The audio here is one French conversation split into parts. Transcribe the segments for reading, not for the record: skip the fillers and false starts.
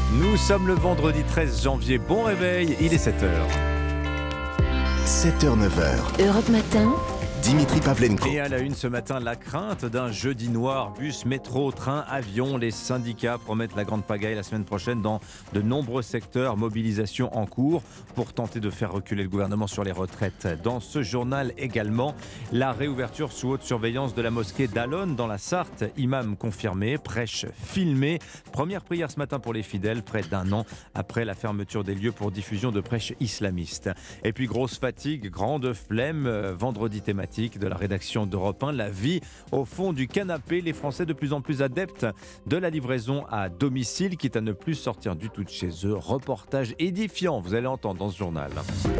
Nous sommes le vendredi 13 janvier. Bon réveil, il est 7h. 7h-9h, Europe Matin, Dimitri Pavlenko. Et à la une ce matin, la crainte d'un jeudi noir. Bus, métro, train, avion. Les syndicats promettent la grande pagaille la semaine prochaine dans de nombreux secteurs. Mobilisation en cours pour tenter de faire reculer le gouvernement sur les retraites. Dans ce journal également, la réouverture sous haute surveillance de la mosquée d'Alonne dans la Sarthe. Imam confirmé, prêche filmée. Première prière ce matin pour les fidèles, près d'un an après la fermeture des lieux pour diffusion de prêches islamistes. Et puis grosse fatigue, grande flemme, vendredi thématique de la rédaction d'Europe 1, la vie au fond du canapé. Les Français de plus en plus adeptes de la livraison à domicile, quitte à ne plus sortir du tout de chez eux. Reportage édifiant, vous allez entendre dans ce journal.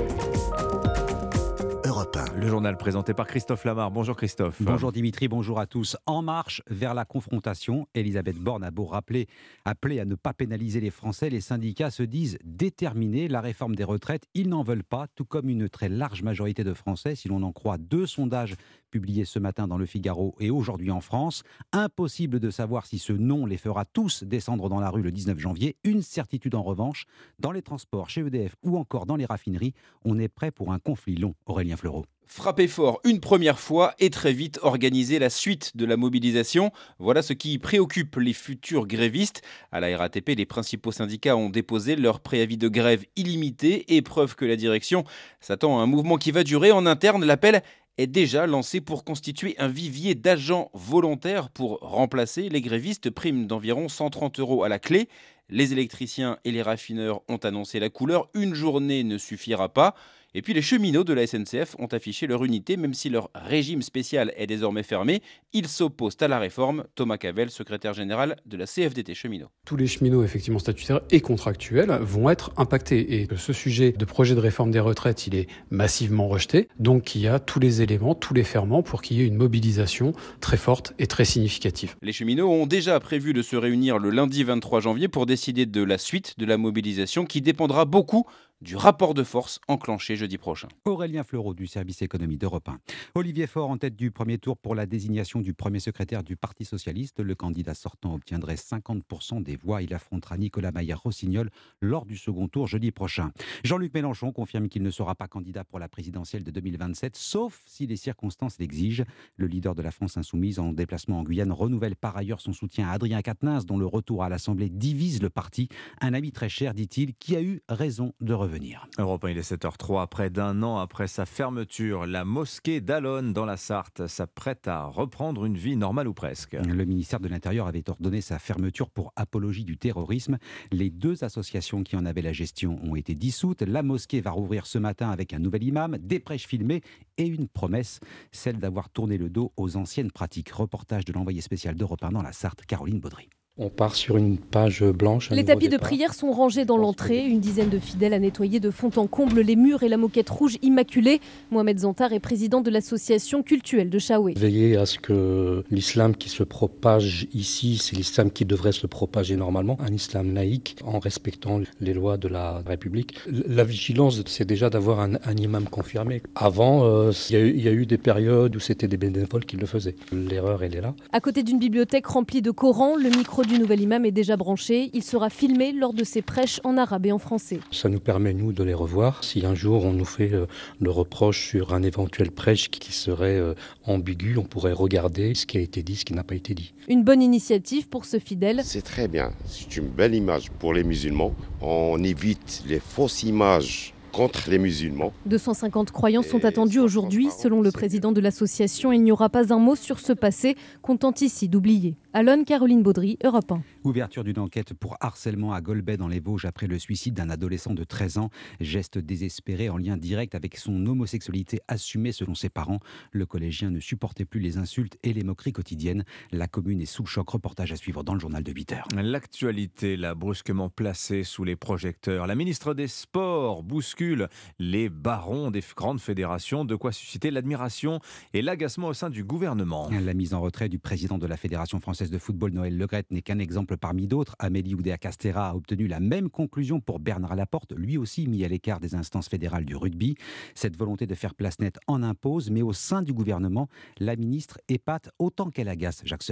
Europe 1. Le journal présenté par Christophe Lamar. Bonjour Christophe. Bonjour Dimitri, bonjour à tous. En marche vers la confrontation, Elisabeth Borne a beau appeler à ne pas pénaliser les Français, les syndicats se disent déterminés. La réforme des retraites, ils n'en veulent pas, tout comme une très large majorité de Français, si l'on en croit 2 sondages publiés ce matin dans Le Figaro et aujourd'hui en France. Impossible de savoir si ce non les fera tous descendre dans la rue le 19 janvier. Une certitude en revanche, dans les transports, chez EDF ou encore dans les raffineries, on est prêt pour un conflit long. Aurélien Fleureau. Frapper fort une première fois et très vite organiser la suite de la mobilisation. Voilà ce qui préoccupe les futurs grévistes. À la RATP, les principaux syndicats ont déposé leur préavis de grève illimité et preuve que la direction s'attend à un mouvement qui va durer. En interne, l'appel est déjà lancé pour constituer un vivier d'agents volontaires pour remplacer les grévistes, prime d'environ 130 € à la clé. Les électriciens et les raffineurs ont annoncé la couleur. Une journée ne suffira pas. Et puis les cheminots de la SNCF ont affiché leur unité, même si leur régime spécial est désormais fermé. Ils s'opposent à la réforme. Thomas Cavel, secrétaire général de la CFDT Cheminots. Tous les cheminots effectivement statutaires et contractuels vont être impactés. Et ce sujet de projet de réforme des retraites, il est massivement rejeté. Donc il y a tous les éléments, tous les ferments pour qu'il y ait une mobilisation très forte et très significative. Les cheminots ont déjà prévu de se réunir le lundi 23 janvier pour décider de la suite de la mobilisation qui dépendra beaucoup du rapport de force enclenché jeudi prochain. Aurélien Fleureau du service économie d'Europe 1. Olivier Faure en tête du premier tour pour la désignation du premier secrétaire du Parti socialiste. Le candidat sortant obtiendrait 50% des voix. Il affrontera Nicolas Maillard-Rossignol lors du second tour jeudi prochain. Jean-Luc Mélenchon confirme qu'il ne sera pas candidat pour la présidentielle de 2027, sauf si les circonstances l'exigent. Le leader de la France insoumise en déplacement en Guyane renouvelle par ailleurs son soutien à Adrien Quatennens, dont le retour à l'Assemblée divise le parti. Un ami très cher, dit-il, qui a eu raison de revenir. Europe 1, il est 7h03. Près d'un an après sa fermeture, la mosquée d'Alonne dans la Sarthe s'apprête à reprendre une vie normale ou presque. Le ministère de l'Intérieur avait ordonné sa fermeture pour apologie du terrorisme. Les 2 associations qui en avaient la gestion ont été dissoutes. La mosquée va rouvrir ce matin avec un nouvel imam, des prêches filmées et une promesse, celle d'avoir tourné le dos aux anciennes pratiques. Reportage de l'envoyé spécial d'Europe 1 dans la Sarthe, Caroline Baudry. On part sur une page blanche. Les tapis de prière sont rangés dans l'entrée. Une dizaine de fidèles a nettoyé de fond en comble les murs et la moquette rouge immaculée. Mohamed Zantar est président de l'association cultuelle de Chaoué. Veiller à ce que l'islam qui se propage ici, c'est l'islam qui devrait se propager normalement. Un islam laïque en respectant les lois de la République. La vigilance, c'est déjà d'avoir un imam confirmé. Avant, il y a eu des périodes où c'était des bénévoles qui le faisaient. L'erreur, elle est là. À côté d'une bibliothèque remplie de Corans, le micro du nouvel imam est déjà branché. Il sera filmé lors de ses prêches en arabe et en français. Ça nous permet, nous, de les revoir. Si un jour on nous fait le reproche sur un éventuel prêche qui serait ambigu, on pourrait regarder ce qui a été dit, ce qui n'a pas été dit. Une bonne initiative pour ce fidèle. C'est très bien. C'est une belle image pour les musulmans. On évite les fausses images contre les musulmans. 250 croyants sont attendus aujourd'hui. Selon le président de l'association, il n'y aura pas un mot sur ce passé qu'on tente ici d'oublier. Alonne, Caroline Baudry, Europe 1. Ouverture d'une enquête pour harcèlement à Golbey dans les Vosges après le suicide d'un adolescent de 13 ans. Geste désespéré en lien direct avec son homosexualité assumée selon ses parents. Le collégien ne supportait plus les insultes et les moqueries quotidiennes. La commune est sous le choc. Reportage à suivre dans le journal de 8h. L'actualité l'a brusquement placée sous les projecteurs. La ministre des Sports bouscule les barons des grandes fédérations. De quoi susciter l'admiration et l'agacement au sein du gouvernement. La mise en retrait du président de la Fédération française de football, Noël Le Graët, n'est qu'un exemple parmi d'autres. Amélie Oudéa-Castéra a obtenu la même conclusion pour Bernard Laporte, lui aussi mis à l'écart des instances fédérales du rugby. Cette volonté de faire place nette en impose, mais au sein du gouvernement, la ministre épate autant qu'elle agace, Jacques Serret.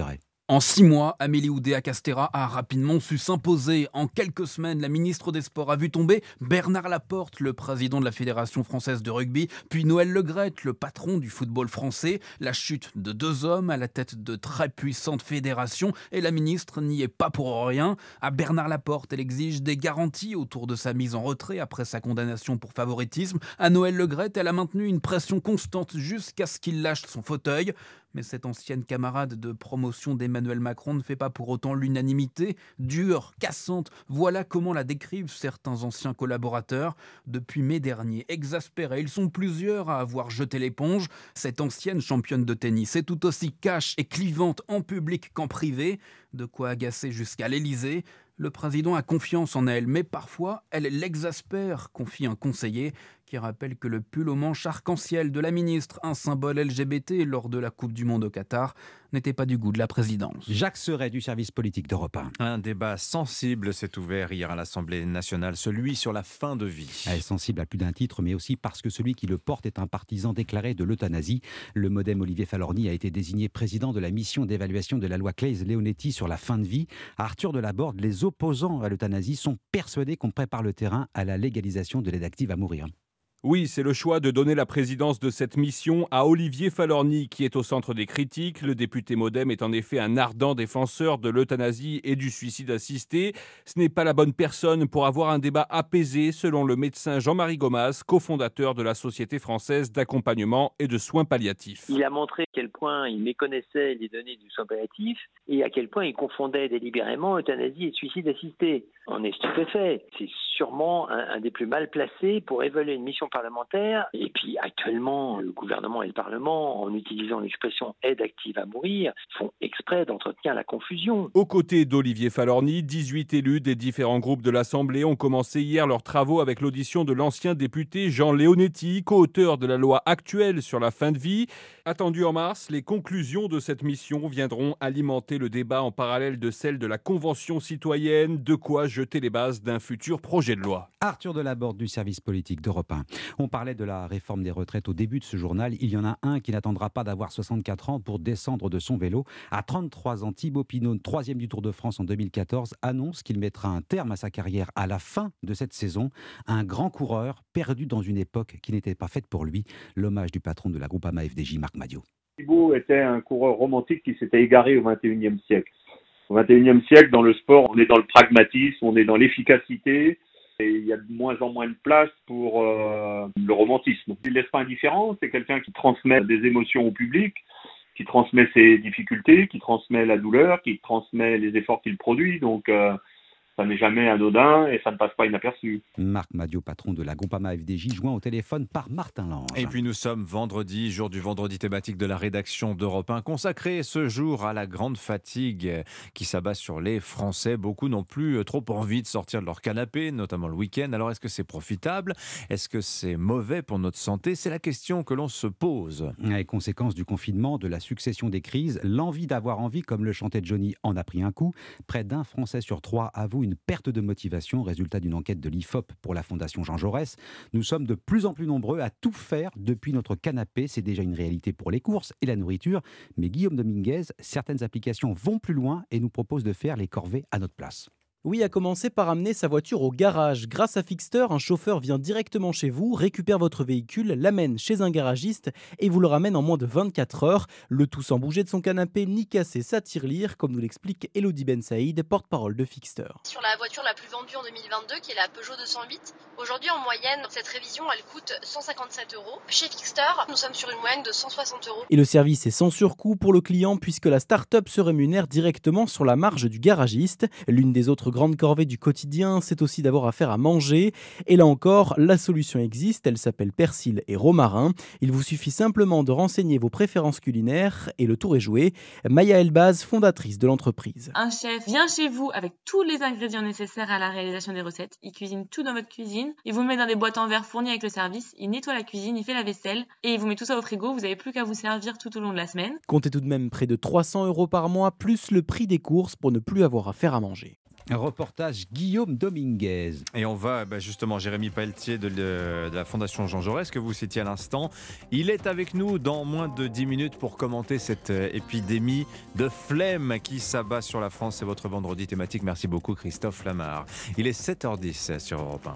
En 6 mois, Amélie Oudéa-Castéra a rapidement su s'imposer. En quelques semaines, la ministre des Sports a vu tomber Bernard Laporte, le président de la Fédération française de rugby, puis Noël Le Graët, le patron du football français. La chute de 2 hommes à la tête de très puissantes fédérations, et la ministre n'y est pas pour rien. À Bernard Laporte, elle exige des garanties autour de sa mise en retrait après sa condamnation pour favoritisme. À Noël Le Graët, elle a maintenu une pression constante jusqu'à ce qu'il lâche son fauteuil. Mais cette ancienne camarade de promotion d'Emmanuel Macron ne fait pas pour autant l'unanimité. Dure, cassante, voilà comment la décrivent certains anciens collaborateurs. Depuis mai dernier, exaspérés, ils sont plusieurs à avoir jeté l'éponge. Cette ancienne championne de tennis est tout aussi cash et clivante en public qu'en privé. De quoi agacer jusqu'à l'Élysée. Le président a confiance en elle, mais parfois, elle l'exaspère, confie un conseiller qui rappelle que le pull aux manches arc-en-ciel de la ministre, un symbole LGBT lors de la Coupe du Monde au Qatar, n'était pas du goût de la présidence. Jacques Serret du service politique d'Europe 1. Un débat sensible s'est ouvert hier à l'Assemblée nationale, celui sur la fin de vie. Elle est sensible à plus d'un titre, mais aussi parce que celui qui le porte est un partisan déclaré de l'euthanasie. Le modem Olivier Falorni a été désigné président de la mission d'évaluation de la loi Claeys-Leonetti sur la fin de vie. À Arthur Delaborde, les opposants à l'euthanasie sont persuadés qu'on prépare le terrain à la légalisation de l'aide active à mourir. Oui, c'est le choix de donner la présidence de cette mission à Olivier Falorni, qui est au centre des critiques. Le député MoDem est en effet un ardent défenseur de l'euthanasie et du suicide assisté. Ce n'est pas la bonne personne pour avoir un débat apaisé, selon le médecin Jean-Marie Gomas, cofondateur de la Société française d'accompagnement et de soins palliatifs. Il a montré à quel point il méconnaissait les données du soin palliatif et à quel point il confondait délibérément euthanasie et suicide assisté. On est stupéfait. C'est sûrement un des plus mal placés pour évaluer une mission parlementaire. Et puis actuellement, le gouvernement et le Parlement, en utilisant l'expression aide active à mourir, font exprès d'entretenir la confusion. Aux côtés d'Olivier Falorni, 18 élus des différents groupes de l'Assemblée ont commencé hier leurs travaux avec l'audition de l'ancien député Jean Leonetti, co-auteur de la loi actuelle sur la fin de vie. Attendu en mars, les conclusions de cette mission viendront alimenter le débat en parallèle de celle de la Convention citoyenne, de quoi jeter les bases d'un futur projet de loi. Arthur Delaborde du service politique d'Europe 1. On parlait de la réforme des retraites au début de ce journal. Il y en a un qui n'attendra pas d'avoir 64 ans pour descendre de son vélo. À 33 ans, Thibaut Pinot, 3e du Tour de France en 2014, annonce qu'il mettra un terme à sa carrière à la fin de cette saison. Un grand coureur perdu dans une époque qui n'était pas faite pour lui. L'hommage du patron de la Groupama FDJ, Marc Madiot. Thibaut était un coureur romantique qui s'était égaré au XXIe siècle. Au XXIe siècle, dans le sport, on est dans le pragmatisme, on est dans l'efficacité. Et il y a de moins en moins de place pour le romantisme. Il ne laisse pas indifférent, c'est quelqu'un qui transmet des émotions au public, qui transmet ses difficultés, qui transmet la douleur, qui transmet les efforts qu'il produit. Donc ça n'est jamais anodin et ça ne passe pas inaperçu. Marc Madiot, patron de la Groupama FDJ, joint au téléphone par Martin Lange. Et puis nous sommes vendredi, jour du vendredi thématique de la rédaction d'Europe 1, consacré ce jour à la grande fatigue qui s'abat sur les Français. Beaucoup n'ont plus trop envie de sortir de leur canapé, notamment le week-end. Alors est-ce que c'est profitable ? Est-ce que c'est mauvais pour notre santé ? C'est la question que l'on se pose. Les conséquences du confinement, de la succession des crises, l'envie d'avoir envie, comme le chantait Johnny, en a pris un coup. Près d'un Français sur 3 avoue une perte de motivation, résultat d'une enquête de l'IFOP pour la Fondation Jean Jaurès. Nous sommes de plus en plus nombreux à tout faire depuis notre canapé. C'est déjà une réalité pour les courses et la nourriture. Mais Guillaume Dominguez, certaines applications vont plus loin et nous proposent de faire les corvées à notre place. Oui, à commencer par amener sa voiture au garage. Grâce à Fixter, un chauffeur vient directement chez vous, récupère votre véhicule, l'amène chez un garagiste et vous le ramène en moins de 24 heures. Le tout sans bouger de son canapé ni casser sa tirelire, comme nous l'explique Elodie Ben Saïd, porte-parole de Fixter. Sur la voiture la plus vendue en 2022, qui est la Peugeot 208, aujourd'hui en moyenne, cette révision, elle coûte 157 €. Chez Fixter, nous sommes sur une moyenne de 160 €. Et le service est sans surcoût pour le client puisque la start-up se rémunère directement sur la marge du garagiste. L'une des autres grande corvée du quotidien, c'est aussi d'avoir affaire à manger. Et là encore, la solution existe, elle s'appelle persil et romarin. Il vous suffit simplement de renseigner vos préférences culinaires et le tour est joué. Maya Elbaz, fondatrice de l'entreprise. Un chef vient chez vous avec tous les ingrédients nécessaires à la réalisation des recettes. Il cuisine tout dans votre cuisine. Il vous met dans des boîtes en verre fournies avec le service. Il nettoie la cuisine, il fait la vaisselle et il vous met tout ça au frigo. Vous n'avez plus qu'à vous servir tout au long de la semaine. Comptez tout de même près de 300 € par mois, plus le prix des courses pour ne plus avoir affaire à manger. Un reportage Guillaume Dominguez. Et on va justement, Jérémy Pelletier de la Fondation Jean Jaurès, que vous citiez à l'instant. Il est avec nous dans moins de 10 minutes pour commenter cette épidémie de flemme qui s'abat sur la France. C'est votre vendredi thématique. Merci beaucoup Christophe Lamar. Il est 7h10 sur Europe 1.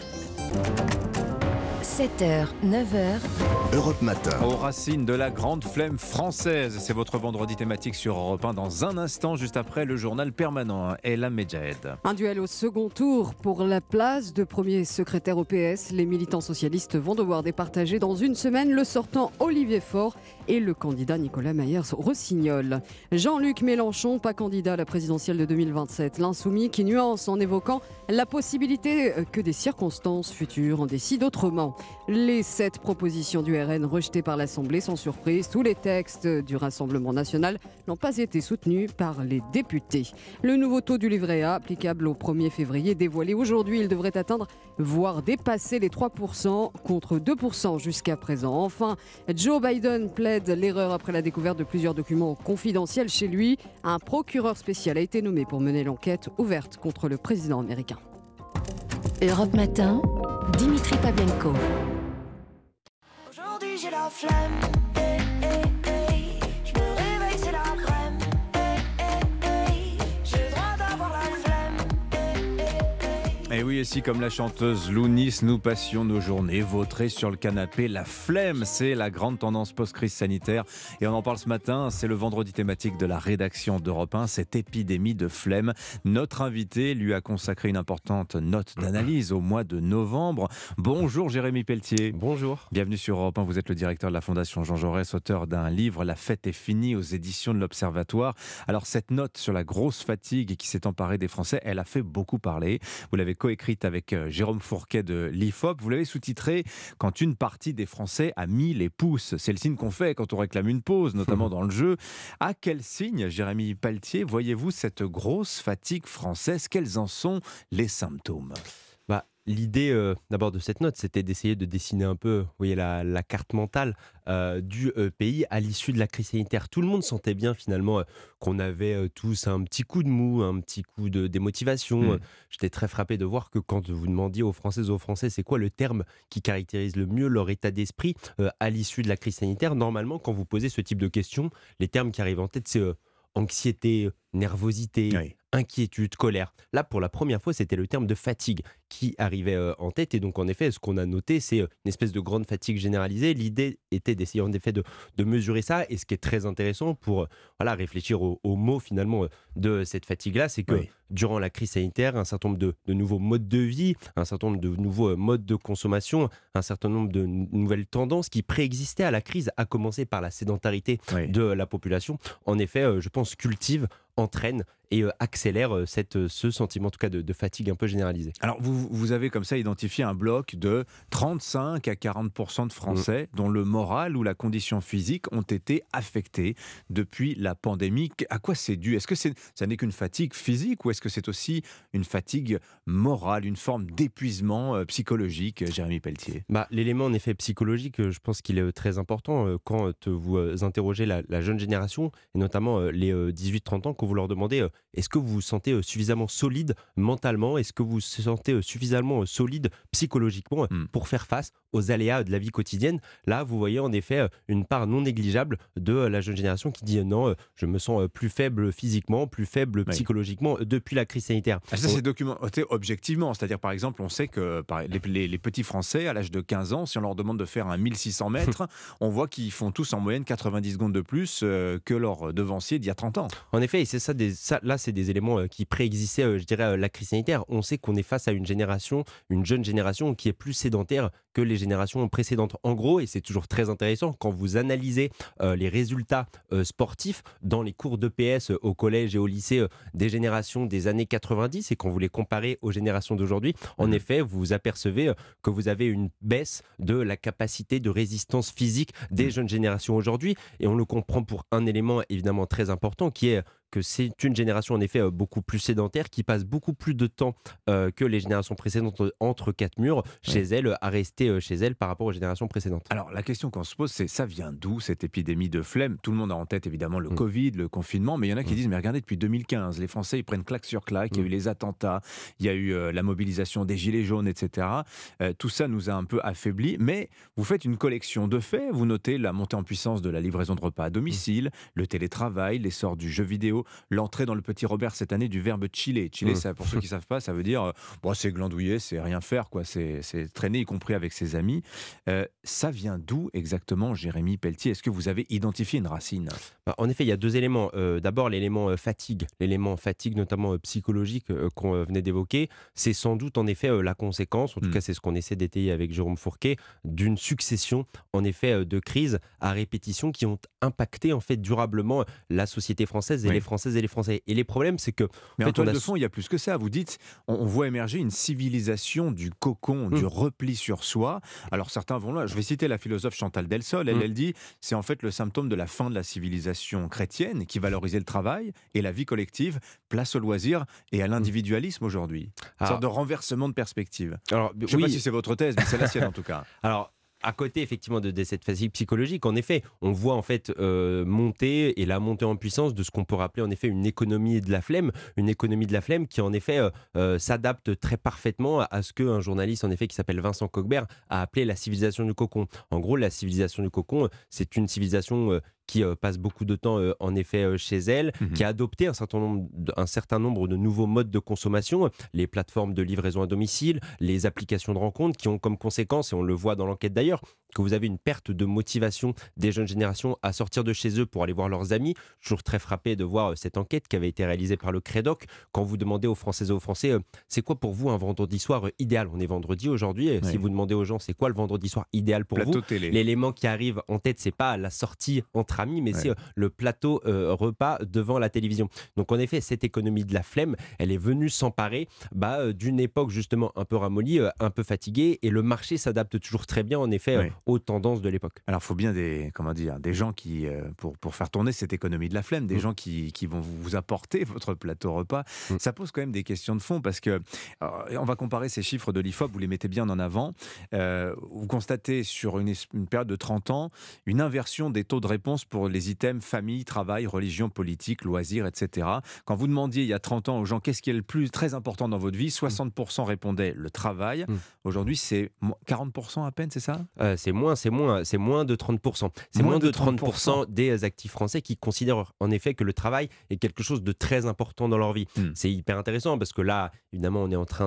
7h, 9h. Europe Matin. Aux racines de la grande flemme française. C'est votre vendredi thématique sur Europe 1 dans un instant, juste après le journal permanent. Ella Medjahed. Un duel au second tour pour la place de premier secrétaire au PS. Les militants socialistes vont devoir départager dans une semaine le sortant Olivier Faure et le candidat Nicolas Meyers-Rossignol. Jean-Luc Mélenchon, pas candidat à la présidentielle de 2027. L'insoumis qui nuance en évoquant la possibilité que des circonstances futures en décident autrement. Les 7 propositions du RN rejetées par l'Assemblée sans surprise. Tous les textes du Rassemblement national n'ont pas été soutenus par les députés. Le nouveau taux du livret A, applicable au 1er février, dévoilé aujourd'hui, il devrait atteindre, voire dépasser les 3% contre 2% jusqu'à présent. Enfin, Joe Biden plaide l'erreur après la découverte de plusieurs documents confidentiels chez lui. Un procureur spécial a été nommé pour mener l'enquête ouverte contre le président américain. Europe Matin, Dimitri Pavlenko. Aujourd'hui j'ai la flemme, je me réveille c'est la crème, j'ai le droit d'avoir la flemme, Et oui, et si comme la chanteuse Lounis, nous passions nos journées vautrées sur le canapé, la flemme, c'est la grande tendance post-crise sanitaire. Et on en parle ce matin, c'est le vendredi thématique de la rédaction d'Europe 1, cette épidémie de flemme. Notre invité lui a consacré une importante note d'analyse au mois de novembre. Bonjour Jérémy Pelletier. Bonjour. Bienvenue sur Europe 1, vous êtes le directeur de la Fondation Jean Jaurès, auteur d'un livre, La fête est finie, aux éditions de l'Observatoire. Alors cette note sur la grosse fatigue qui s'est emparée des Français, elle a fait beaucoup parler. Vous l'avez coécrite avec Jérôme Fourquet de l'IFOP. Vous l'avez sous-titré « Quand une partie des Français a mis les pouces ». C'est le signe qu'on fait quand on réclame une pause, notamment dans le jeu. À quel signe, Jérémy Pelletier, voyez-vous cette grosse fatigue française? Quels en sont les symptômes? L'idée d'abord de cette note, c'était d'essayer de dessiner un peu, vous voyez, la carte mentale du pays à l'issue de la crise sanitaire. Tout le monde sentait bien finalement qu'on avait tous un petit coup de mou, un petit coup de démotivation. J'étais très frappé de voir que quand vous demandiez aux Françaises et aux Français c'est quoi le terme qui caractérise le mieux leur état d'esprit à l'issue de la crise sanitaire, normalement quand vous posez ce type de questions, les termes qui arrivent en tête c'est anxiété, nervosité, inquiétude, colère. Là, pour la première fois, c'était le terme de fatigue qui arrivait en tête. Et donc, en effet, ce qu'on a noté, c'est une espèce de grande fatigue généralisée. L'idée était d'essayer, en effet, de mesurer ça. Et ce qui est très intéressant pour réfléchir aux mots, finalement, de cette fatigue-là, c'est que durant la crise sanitaire, un certain nombre de nouveaux modes de vie, un certain nombre de nouveaux modes de consommation, un certain nombre de nouvelles tendances qui préexistaient à la crise, à commencer par la sédentarité de la population, en effet, je pense, cultive, entraîne et accélère ce sentiment en tout cas de fatigue un peu généralisée. Alors vous avez comme ça identifié un bloc de 35 à 40% de Français dont le moral ou la condition physique ont été affectés depuis la pandémie. À quoi c'est dû? Est-ce que ça n'est qu'une fatigue physique ou est-ce que c'est aussi une fatigue morale, une forme d'épuisement psychologique, Jérémy Pelletier? L'élément en effet psychologique, je pense qu'il est très important quand vous interrogez la jeune génération et notamment les 18-30 ans, quand vous leur demandez est-ce que vous vous sentez suffisamment solide mentalement, est-ce que vous vous sentez suffisamment solide psychologiquement pour faire face aux aléas de la vie quotidienne. Là, vous voyez en effet une part non négligeable de la jeune génération qui dit non, je me sens plus faible physiquement, plus faible psychologiquement depuis la crise sanitaire. Ça, c'est documenté objectivement. C'est-à-dire, par exemple, on sait que les petits Français, à l'âge de 15 ans, si on leur demande de faire un 1600 mètres, on voit qu'ils font tous en moyenne 90 secondes de plus que leurs devanciers d'il y a 30 ans. En effet, et c'est ça, là, c'est des éléments qui préexistaient, je dirais, la crise sanitaire. On sait qu'on est face à une jeune génération qui est plus sédentaire que les générations précédentes. En gros, et c'est toujours très intéressant, quand vous analysez les résultats sportifs dans les cours d'EPS au collège et au lycée des générations des années 90 et quand vous les comparez aux générations d'aujourd'hui, en effet, vous apercevez que vous avez une baisse de la capacité de résistance physique des jeunes générations aujourd'hui. Et on le comprend pour un élément évidemment très important qui est que c'est une génération en effet beaucoup plus sédentaire, qui passe beaucoup plus de temps que les générations précédentes entre quatre murs chez elle, à rester chez elle par rapport aux générations précédentes. Alors la question qu'on se pose, c'est ça vient d'où cette épidémie de flemme? Tout le monde a en tête évidemment le Covid, le confinement, mais il y en a qui disent mais regardez, depuis 2015, les Français ils prennent claque sur claque, il y a eu les attentats, il y a eu la mobilisation des gilets jaunes, etc. Tout ça nous a un peu affaiblis, mais vous faites une collection de faits, vous notez la montée en puissance de la livraison de repas à domicile, le télétravail, l'essor du jeu vidéo, l'entrée dans le petit Robert cette année du verbe chiller. Chiller, ça, pour ceux qui ne savent pas, ça veut dire bon, c'est glandouiller, c'est rien faire, quoi. C'est traîner, y compris avec ses amis. Ça vient d'où exactement, Jérémy Pelletier? Est-ce que vous avez identifié une racine? En effet, il y a deux éléments. D'abord, l'élément fatigue notamment psychologique qu'on venait d'évoquer. C'est sans doute en effet la conséquence, en tout cas c'est ce qu'on essaie d'étayer avec Jérôme Fourquet, d'une succession en effet de crises à répétition qui ont impacté en fait durablement la société française et les Françaises et les Français. Et les problèmes, c'est que... Mais en toile de fond, il y a plus que ça. Vous dites, on voit émerger une civilisation du cocon, du repli sur soi. Alors certains vont là. Je vais citer la philosophe Chantal Delsol. Elle dit, c'est en fait le symptôme de la fin de la civilisation chrétienne qui valorisait le travail et la vie collective, place au loisir et à l'individualisme aujourd'hui. Une sorte de renversement de perspective. Alors, je ne sais pas si c'est votre thèse, mais c'est la sienne en tout cas. Alors, à côté effectivement de cette fatigue psychologique, en effet, on voit en fait monter et la montée en puissance de ce qu'on peut rappeler en effet une économie de la flemme qui en effet s'adapte très parfaitement à ce qu'un journaliste en effet qui s'appelle Vincent Kochbert a appelé la civilisation du cocon. En gros, la civilisation du cocon, c'est une civilisation qui passe beaucoup de temps en effet chez elle, qui a adopté un certain nombre de nouveaux modes de consommation, les plateformes de livraison à domicile, les applications de rencontres qui ont comme conséquence, et on le voit dans l'enquête d'ailleurs, que vous avez une perte de motivation des jeunes générations à sortir de chez eux pour aller voir leurs amis. Je suis toujours très frappé de voir cette enquête qui avait été réalisée par le Crédoc. Quand vous demandez aux Françaises et aux Français, c'est quoi pour vous un vendredi soir idéal? On est vendredi aujourd'hui, et si vous demandez aux gens c'est quoi le vendredi soir idéal pour vous, l'élément qui arrive en tête, c'est pas la sortie entre amis, mais c'est le plateau repas devant la télévision. Donc en effet, cette économie de la flemme, elle est venue s'emparer d'une époque justement un peu ramollie, un peu fatiguée, et le marché s'adapte toujours très bien en effet aux tendances de l'époque. Alors il faut bien des gens qui, pour faire tourner cette économie de la flemme, des gens qui vont vous apporter votre plateau repas. Ça pose quand même des questions de fond, parce que on va comparer ces chiffres de l'IFOP, vous les mettez bien en avant. Vous constatez sur une période de 30 ans une inversion des taux de réponse pour les items famille, travail, religion, politique, loisirs, etc. Quand vous demandiez il y a 30 ans aux gens qu'est-ce qui est le plus très important dans votre vie, 60% répondaient le travail. Aujourd'hui, c'est 40% à peine, c'est ça? C'est moins de 30%. C'est moins de 30% des actifs français qui considèrent en effet que le travail est quelque chose de très important dans leur vie. C'est hyper intéressant parce que là, évidemment, on est en train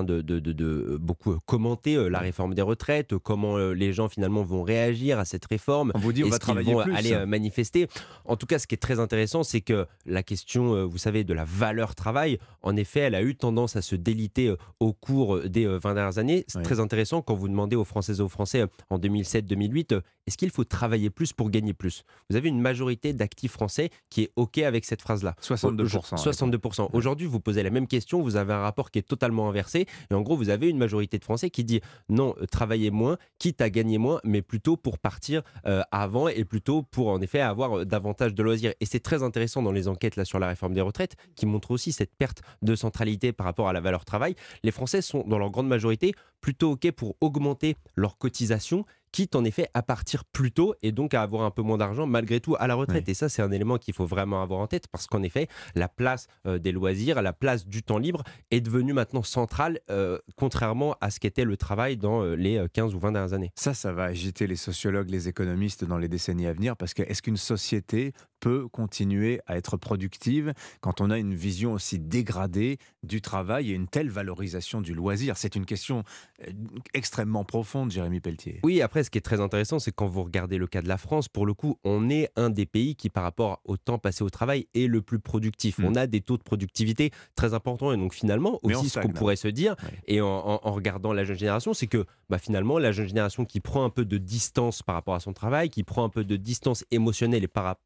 de beaucoup commenter la réforme des retraites, comment les gens finalement vont réagir à cette réforme. On vous dit on va travailler vont plus. Aller manifester. En tout cas, ce qui est très intéressant, c'est que la question, vous savez, de la valeur travail, en effet, elle a eu tendance à se déliter au cours des 20 dernières années. C'est très intéressant quand vous demandez aux Françaises et aux Français en 2007-2008, est-ce qu'il faut travailler plus pour gagner plus? Vous avez une majorité d'actifs français qui est OK avec cette phrase-là. 62%. 62%. Aujourd'hui, vous posez la même question, vous avez un rapport qui est totalement inversé. Et en gros, vous avez une majorité de Français qui dit non, travaillez moins, quitte à gagner moins, mais plutôt pour partir avant et plutôt pour en effet avoir davantage de loisirs. Et c'est très intéressant dans les enquêtes là, sur la réforme des retraites qui montrent aussi cette perte de centralité par rapport à la valeur travail. Les Français sont dans leur grande majorité plutôt OK pour augmenter leurs cotisations, quitte en effet à partir plus tôt et donc à avoir un peu moins d'argent malgré tout à la retraite. Et ça, c'est un élément qu'il faut vraiment avoir en tête parce qu'en effet, la place des loisirs, la place du temps libre est devenue maintenant centrale, contrairement à ce qu'était le travail dans les 15 ou 20 dernières années. Ça va agiter les sociologues, les économistes dans les décennies à venir, parce que est-ce qu'une société peut continuer à être productive quand on a une vision aussi dégradée du travail et une telle valorisation du loisir? C'est une question extrêmement profonde, Jérémy Pelletier. Oui, après, ce qui est très intéressant, c'est quand vous regardez le cas de la France, pour le coup, on est un des pays qui, par rapport au temps passé au travail, est le plus productif. On a des taux de productivité très importants. Et donc, finalement, aussi, ce qu'on pourrait se dire, et en regardant la jeune génération, c'est que finalement, la jeune génération qui prend un peu de distance par rapport à son travail, qui prend un peu de distance émotionnelle et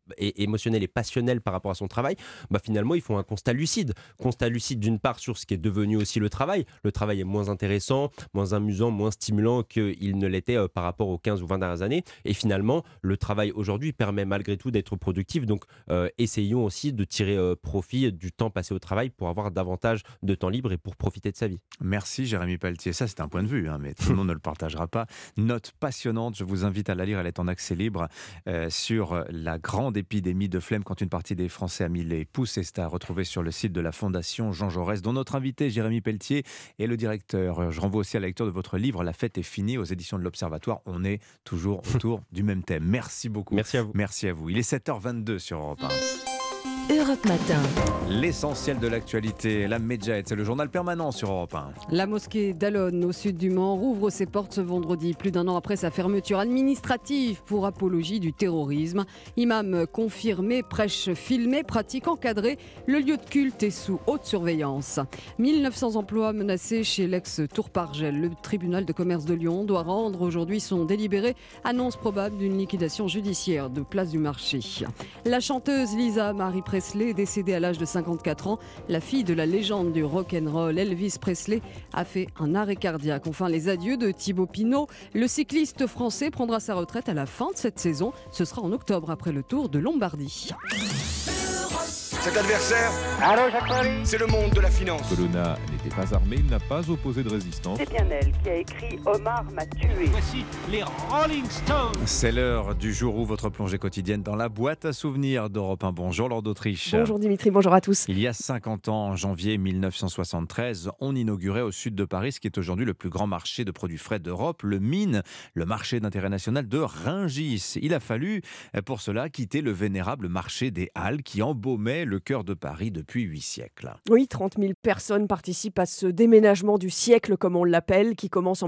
émotionnel et passionnel par rapport à son travail, finalement ils font un constat lucide. Constat lucide d'une part sur ce qui est devenu aussi le travail. Le travail est moins intéressant, moins amusant, moins stimulant qu'il ne l'était par rapport aux 15 ou 20 dernières années. Et finalement, le travail aujourd'hui permet malgré tout d'être productif. Donc essayons aussi de tirer profit du temps passé au travail pour avoir davantage de temps libre et pour profiter de sa vie. Merci Jérémy Pelletier. Ça, c'est un point de vue, mais tout le monde ne le partagera pas. Note passionnante, je vous invite à la lire, elle est en accès libre, sur la grande épidémie de flemme quand une partie des Français a mis les pouces. Et c'est à retrouver sur le site de la Fondation Jean Jaurès, dont notre invité Jérémy Pelletier est le directeur. Je renvoie aussi à la lecture de votre livre La fête est finie aux éditions de l'Observatoire. On est toujours autour du même thème. Merci beaucoup. Merci à vous. Merci à vous. Il est 7h22 sur Europe 1. Europe Matin. L'essentiel de l'actualité, la Medjahed, c'est le journal permanent sur Europe 1. La mosquée d'Alonne, au sud du Mans, rouvre ses portes ce vendredi, plus d'un an après sa fermeture administrative pour apologie du terrorisme. Imam confirmé, prêche filmé, pratique encadrée, le lieu de culte est sous haute surveillance. 1900 emplois menacés chez l'ex-Tourpargel. Le tribunal de commerce de Lyon doit rendre aujourd'hui son délibéré, annonce probable d'une liquidation judiciaire de Place du Marché. La chanteuse Lisa Marie Presley est décédée à l'âge de 54 ans. La fille de la légende du rock'n'roll Elvis Presley a fait un arrêt cardiaque. Enfin, les adieux de Thibaut Pinot. Le cycliste français prendra sa retraite à la fin de cette saison. Ce sera en octobre après le Tour de Lombardie. Cet adversaire, c'est le monde de la finance. Colonna n'était pas armé, il n'a pas opposé de résistance. C'est bien elle qui a écrit Omar m'a tué. Voici les Rolling Stones. C'est l'heure du jour où votre plongée quotidienne dans la boîte à souvenirs d'Europe 1. Bonjour Laure d'Autriche. Bonjour Dimitri, bonjour à tous. Il y a 50 ans, en janvier 1973, on inaugurait au sud de Paris ce qui est aujourd'hui le plus grand marché de produits frais d'Europe, le MINE, le marché d'intérêt national de Rungis. Il a fallu pour cela quitter le vénérable marché des Halles qui embaumait le cœur de Paris depuis 8 siècles. Oui, 30 000 personnes participent à ce déménagement du siècle, comme on l'appelle, qui commence en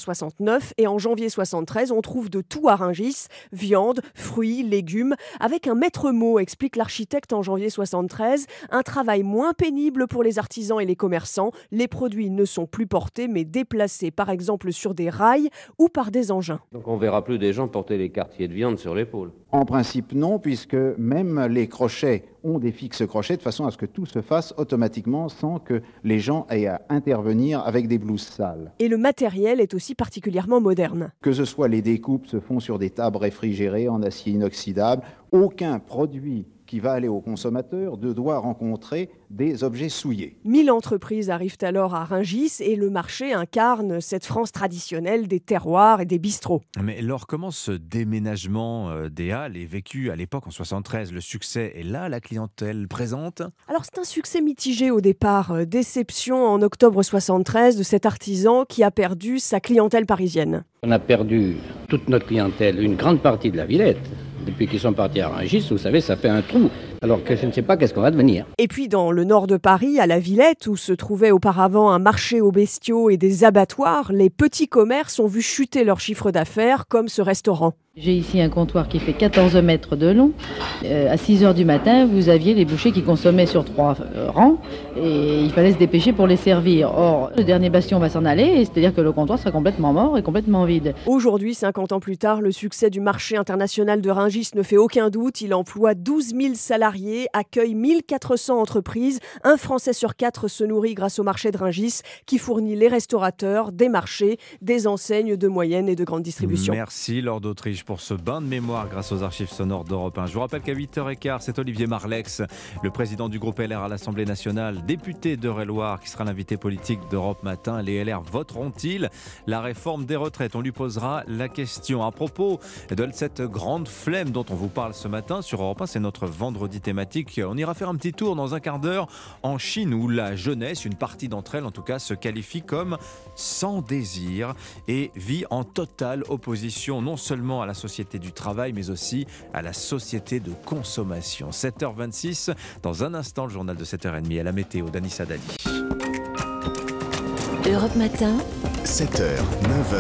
1969. Et en janvier 73, on trouve de tout à Rungis, viande, fruits, légumes, avec un maître mot, explique l'architecte en janvier 73, un travail moins pénible pour les artisans et les commerçants. Les produits ne sont plus portés, mais déplacés, par exemple sur des rails ou par des engins. Donc on ne verra plus des gens porter les quartiers de viande sur l'épaule. En principe, non, puisque même les crochets ont des fixes crochets de façon à ce que tout se fasse automatiquement sans que les gens aient à intervenir avec des blouses sales. Et le matériel est aussi particulièrement moderne. Que ce soit les découpes se font sur des tables réfrigérées en acier inoxydable, aucun produit qui va aller au consommateur doit rencontrer des objets souillés. 1000 entreprises arrivent alors à Rungis et le marché incarne cette France traditionnelle des terroirs et des bistrots. Mais Laure, comment ce déménagement des Halles est vécu à l'époque en 73 ? Le succès est là, la clientèle présente ? Alors c'est un succès mitigé au départ. Déception en octobre 73 de cet artisan qui a perdu sa clientèle parisienne. On a perdu toute notre clientèle, une grande partie de la Villette. Depuis qu'ils sont partis à Rungis, vous savez, ça fait un trou. Alors que je ne sais pas qu'est-ce qu'on va devenir. Et puis dans le nord de Paris, à la Villette, où se trouvait auparavant un marché aux bestiaux et des abattoirs, les petits commerces ont vu chuter leur chiffre d'affaires, comme ce restaurant. J'ai ici un comptoir qui fait 14 mètres de long. À 6 h du matin, vous aviez les bouchers qui consommaient sur 3 rangs et il fallait se dépêcher pour les servir. Or, le dernier bastion va s'en aller, c'est-à-dire que le comptoir sera complètement mort et complètement vide. Aujourd'hui, 50 ans plus tard, le succès du marché international de Rungis ne fait aucun doute. Il emploie 12 000 salariés, accueille 1400 entreprises. Un Français sur 4 se nourrit grâce au marché de Rungis qui fournit les restaurateurs, des marchés, des enseignes de moyenne et de grande distribution. Merci Laure d'Autriche pour ce bain de mémoire grâce aux archives sonores d'Europe 1. Je vous rappelle qu'à 8h15, c'est Olivier Marleix, le président du groupe LR à l'Assemblée nationale, député d'Eure-et-Loire, qui sera l'invité politique d'Europe Matin. Les LR voteront-ils la réforme des retraites ? On lui posera la question. À propos de cette grande flemme dont on vous parle ce matin sur Europe 1, c'est notre vendredi thématique. On ira faire un petit tour dans un quart d'heure en Chine où la jeunesse, une partie d'entre elles en tout cas, se qualifie comme sans désir et vit en totale opposition non seulement à la société du travail mais aussi à la société de consommation. 7h26, dans un instant le journal de 7h30 à la météo d'Anissa Dali. Europe Matin, 7h, 9h,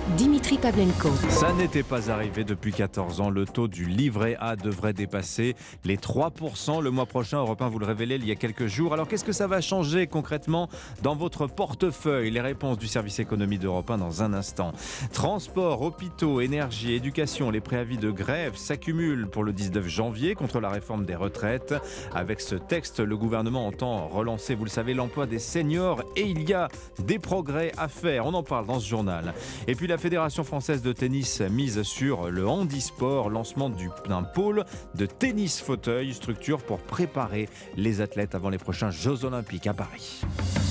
Dimitri Pavlenko. Ça n'était pas arrivé depuis 14 ans. Le taux du livret A devrait dépasser les 3% le mois prochain. Europe 1 vous le révélait il y a quelques jours. Alors qu'est-ce que ça va changer concrètement dans votre portefeuille? Les réponses du service économie d'Europe 1 dans un instant. Transport, hôpitaux, énergie, éducation, les préavis de grève s'accumulent pour le 19 janvier contre la réforme des retraites. Avec ce texte, le gouvernement entend relancer, vous le savez, l'emploi des seniors et il y a des progrès à faire. On en parle dans ce journal. Et puis la Fédération française de tennis mise sur le handisport, lancement d'un pôle de tennis fauteuil, structure pour préparer les athlètes avant les prochains Jeux Olympiques à Paris.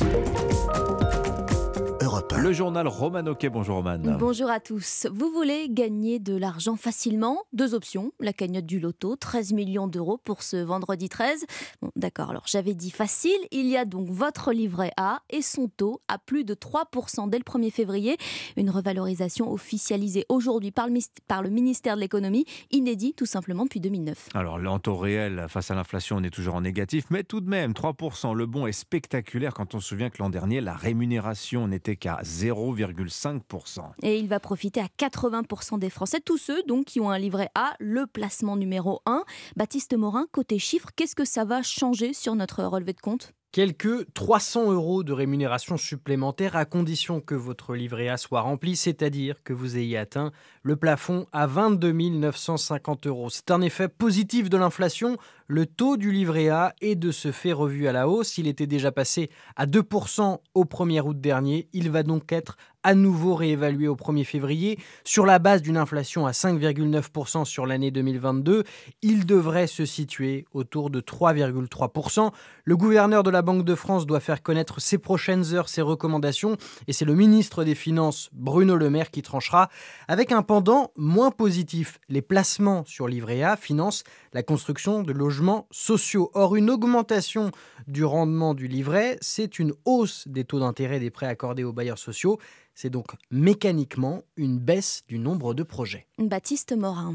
Le journal Roman Oquet. Bonjour Roman. Bonjour à tous. Vous voulez gagner de l'argent facilement? Deux options. La cagnotte du loto, 13 millions d'euros pour ce vendredi 13. Bon, d'accord, alors j'avais dit facile. Il y a donc votre livret A et son taux à plus de 3% dès le 1er février. Une revalorisation officialisée aujourd'hui par le ministère de l'économie, inédit tout simplement depuis 2009. Alors en taux réel, face à l'inflation, on est toujours en négatif, mais tout de même, 3%. Le bond est spectaculaire quand on se souvient que l'an dernier, la rémunération n'était qu'à 0,5%. Et il va profiter à 80% des Français, tous ceux donc qui ont un livret A, le placement numéro 1. Baptiste Morin, côté chiffres, qu'est-ce que ça va changer sur notre relevé de compte ? Quelques 300 € de rémunération supplémentaire à condition que votre livret A soit rempli, c'est-à-dire que vous ayez atteint le plafond à 22 950 €. C'est un effet positif de l'inflation. Le taux du livret A est de ce fait revu à la hausse. Il était déjà passé à 2% au 1er août dernier. Il va donc être à nouveau réévalué au 1er février. Sur la base d'une inflation à 5,9% sur l'année 2022, il devrait se situer autour de 3,3%. Le gouverneur de la Banque de France doit faire connaître ces prochaines heures ses recommandations et c'est le ministre des Finances, Bruno Le Maire, qui tranchera avec un pendant moins positif. Les placements sur livret A financent la construction de logements sociaux. Or, une augmentation du rendement du livret, c'est une hausse des taux d'intérêt des prêts accordés aux bailleurs sociaux. C'est donc mécaniquement une baisse du nombre de projets. Baptiste Morin.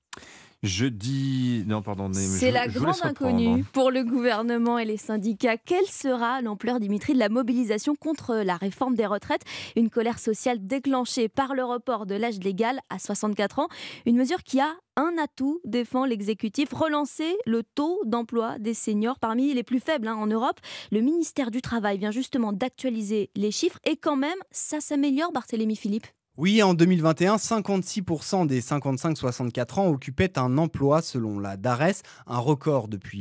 C'est la grande inconnue pour le gouvernement et les syndicats. Quelle sera l'ampleur, Dimitri, de la mobilisation contre la réforme des retraites? Une colère sociale déclenchée par le report de l'âge légal à 64 ans. Une mesure qui a un atout, défend l'exécutif, relancer le taux d'emploi des seniors parmi les plus faibles en Europe. Le ministère du Travail vient justement d'actualiser les chiffres et quand même, ça s'améliore, Barthélémy Philippe. Oui, en 2021, 56% des 55-64 ans occupaient un emploi selon la DARES, un record depuis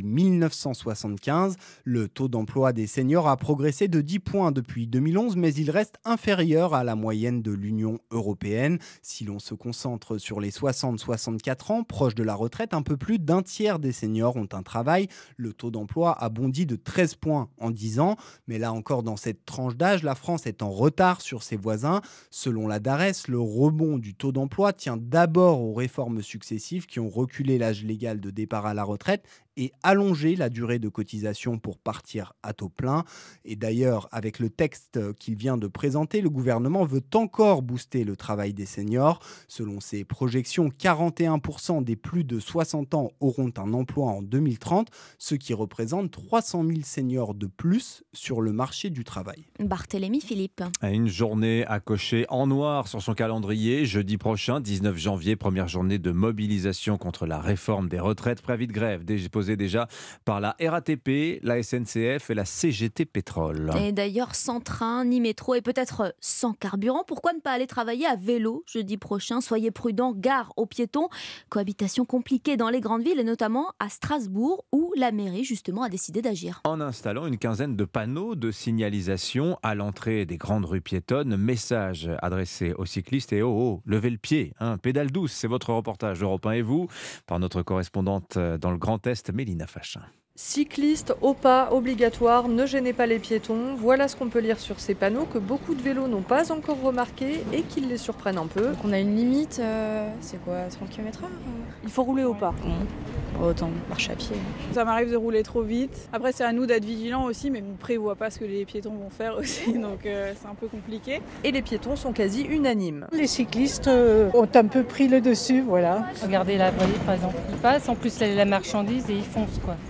1975. Le taux d'emploi des seniors a progressé de 10 points depuis 2011, mais il reste inférieur à la moyenne de l'Union européenne. Si l'on se concentre sur les 60-64 ans, proches de la retraite, un peu plus d'un tiers des seniors ont un travail. Le taux d'emploi a bondi de 13 points en 10 ans, mais là encore dans cette tranche d'âge, la France est en retard sur ses voisins. Selon la DARES, le rebond du taux d'emploi tient d'abord aux réformes successives qui ont reculé l'âge légal de départ à la retraite et allongé la durée de cotisation pour partir à taux plein. Et d'ailleurs, avec le texte qu'il vient de présenter, le gouvernement veut encore booster le travail des seniors. Selon ses projections, 41% des plus de 60 ans auront un emploi en 2030, ce qui représente 300 000 seniors de plus sur le marché du travail. Barthélémy Philippe. Une journée à cocher en noir sur son calendrier. Jeudi prochain, 19 janvier, première journée de mobilisation contre la réforme des retraites. Préavis de grève déposé déjà par la RATP, la SNCF et la CGT Pétrole. Et d'ailleurs, sans train ni métro et peut-être sans carburant, pourquoi ne pas aller travailler à vélo jeudi prochain? Soyez prudents, gare aux piétons. Cohabitation compliquée dans les grandes villes et notamment à Strasbourg où la mairie justement a décidé d'agir. En installant une quinzaine de panneaux de signalisation à l'entrée des grandes rues piétonnes, message adressé aux cyclistes et levez le pied, pédale douce, c'est votre reportage Europe 1 et vous, par notre correspondante dans le Grand Est, Mélina Fachin. Cyclistes au pas obligatoire, ne gênez pas les piétons. Voilà ce qu'on peut lire sur ces panneaux que beaucoup de vélos n'ont pas encore remarqué et qui les surprennent un peu. Donc on a une limite, c'est quoi, 30 km/h? Il faut rouler au pas. Autant marcher à pied. Ça m'arrive de rouler trop vite. Après c'est à nous d'être vigilants aussi, mais on prévoit pas ce que les piétons vont faire aussi, donc c'est un peu compliqué. Et les piétons sont quasi unanimes. Les cyclistes ont un peu pris le dessus, voilà. Regardez la voirie par exemple, ils passent, en plus la marchandise et ils foncent quoi.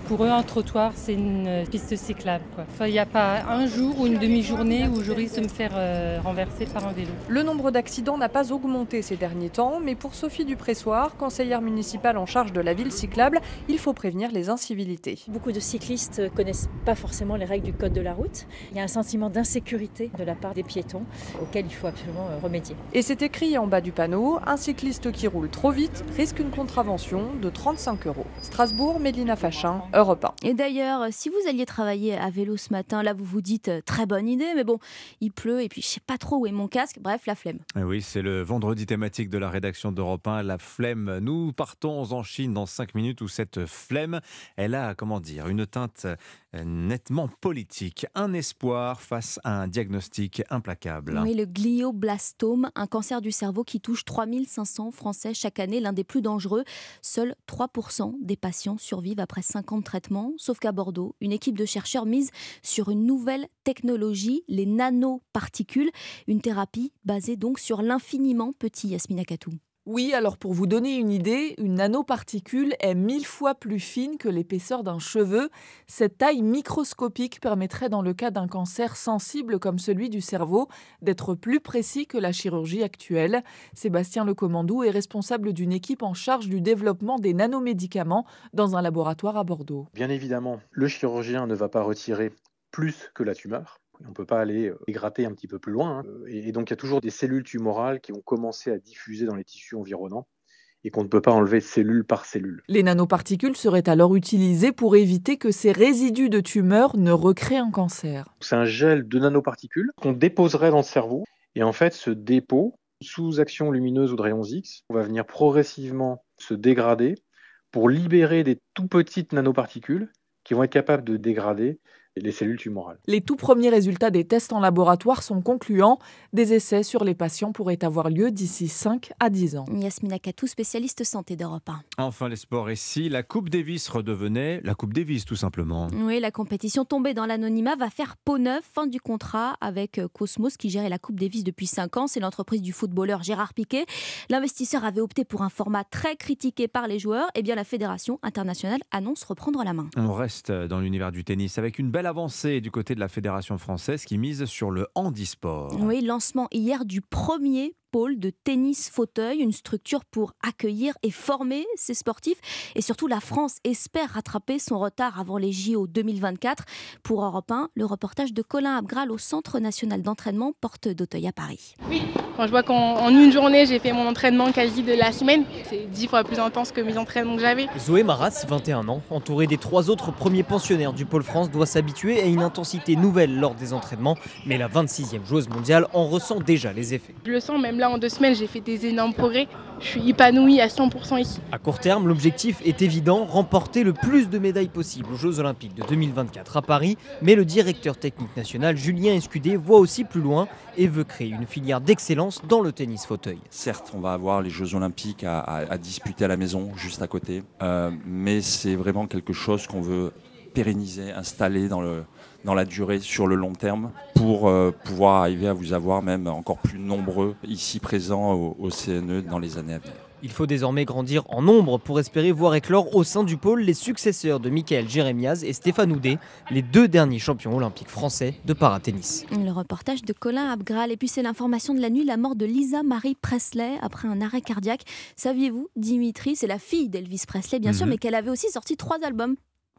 Pour eux, un trottoir, c'est une piste cyclable, quoi. Enfin, il n'y a pas un jour ou une demi-journée où je risque de me faire renverser par un vélo. Le nombre d'accidents n'a pas augmenté ces derniers temps, mais pour Sophie Dupressoir, conseillère municipale en charge de la ville cyclable, il faut prévenir les incivilités. Beaucoup de cyclistes ne connaissent pas forcément les règles du code de la route. Il y a un sentiment d'insécurité de la part des piétons auquel il faut absolument remédier. Et c'est écrit en bas du panneau, un cycliste qui roule trop vite risque une contravention de 35 €. Strasbourg, Mélina Fachin, Europe 1. Et d'ailleurs, si vous alliez travailler à vélo ce matin, là vous vous dites très bonne idée, mais bon, il pleut et puis je sais pas trop où est mon casque, bref, la flemme. Et oui, c'est le vendredi thématique de la rédaction d'Europe 1, la flemme. Nous partons en Chine dans 5 minutes où cette flemme, elle a, une teinte nettement politique. Un espoir face à un diagnostic implacable. Oui, le glioblastome, un cancer du cerveau qui touche 3500 Français chaque année, l'un des plus dangereux. Seuls 3% des patients survivent après 5 ans de traitement. Sauf qu'à Bordeaux, une équipe de chercheurs mise sur une nouvelle technologie, les nanoparticules. Une thérapie basée donc sur l'infiniment petit, Yasmina Katou. Oui, alors pour vous donner une idée, une nanoparticule est 1000 fois plus fine que l'épaisseur d'un cheveu. Cette taille microscopique permettrait, dans le cas d'un cancer sensible comme celui du cerveau, d'être plus précis que la chirurgie actuelle. Sébastien Lecommandou est responsable d'une équipe en charge du développement des nanomédicaments dans un laboratoire à Bordeaux. Bien évidemment, le chirurgien ne va pas retirer plus que la tumeur. On ne peut pas aller gratter un petit peu plus loin. Et donc, il y a toujours des cellules tumorales qui vont commencer à diffuser dans les tissus environnants et qu'on ne peut pas enlever cellule par cellule. Les nanoparticules seraient alors utilisées pour éviter que ces résidus de tumeur ne recréent un cancer. C'est un gel de nanoparticules qu'on déposerait dans le cerveau. Et en fait, ce dépôt, sous action lumineuse ou de rayons X, va venir progressivement se dégrader pour libérer des tout petites nanoparticules qui vont être capables de dégrader les cellules tumorales. Les tout premiers résultats des tests en laboratoire sont concluants. Des essais sur les patients pourraient avoir lieu d'ici 5 à 10 ans. Yasmina Katou, spécialiste santé d'Europe 1. Enfin, les sports ici, la Coupe Davis redevenait la Coupe Davis, tout simplement. Oui, la compétition tombée dans l'anonymat va faire peau neuve. Fin du contrat avec Cosmos qui gérait la Coupe Davis depuis 5 ans. C'est l'entreprise du footballeur Gérard Piquet. L'investisseur avait opté pour un format très critiqué par les joueurs. Eh bien, la Fédération internationale annonce reprendre la main. On reste dans l'univers du tennis avec une belle avancée du côté de la Fédération française qui mise sur le handisport. Oui, lancement hier du premier pôle de tennis fauteuil, une structure pour accueillir et former ces sportifs. Et surtout, la France espère rattraper son retard avant les JO 2024. Pour Europe 1, le reportage de Colin Abgral au Centre national d'entraînement Porte d'Auteuil à Paris. Oui, quand je vois qu'en une journée, j'ai fait mon entraînement quasi de la semaine, c'est 10 fois plus intense que mes entraînements que j'avais. Zoé Maras, 21 ans, entourée des 3 autres premiers pensionnaires du pôle France, doit s'habituer à une intensité nouvelle lors des entraînements. Mais la 26e joueuse mondiale en ressent déjà les effets. Je le sens, même là en 2 semaines, j'ai fait des énormes progrès. Je suis épanouie à 100% ici. À court terme, l'objectif est évident, remporter le plus de médailles possible aux Jeux Olympiques de 2024 à Paris. Mais le directeur technique national, Julien Escudé, voit aussi plus loin et veut créer une filière d'excellence dans le tennis fauteuil. Certes, on va avoir les Jeux Olympiques à disputer à la maison, juste à côté. Mais c'est vraiment quelque chose qu'on veut pérenniser, installer dans la durée, sur le long terme, pour pouvoir arriver à vous avoir même encore plus nombreux ici présents au CNE dans les années à venir. Il faut désormais grandir en nombre pour espérer voir éclore au sein du pôle les successeurs de Michael Jérémiaz et Stéphane Houdet, les 2 derniers champions olympiques français de paratennis. Le reportage de Colin Abgral. Et puis c'est l'information de la nuit, la mort de Lisa Marie Presley après un arrêt cardiaque. Saviez-vous, Dimitri, c'est la fille d'Elvis Presley bien sûr, mais qu'elle avait aussi sorti 3 albums.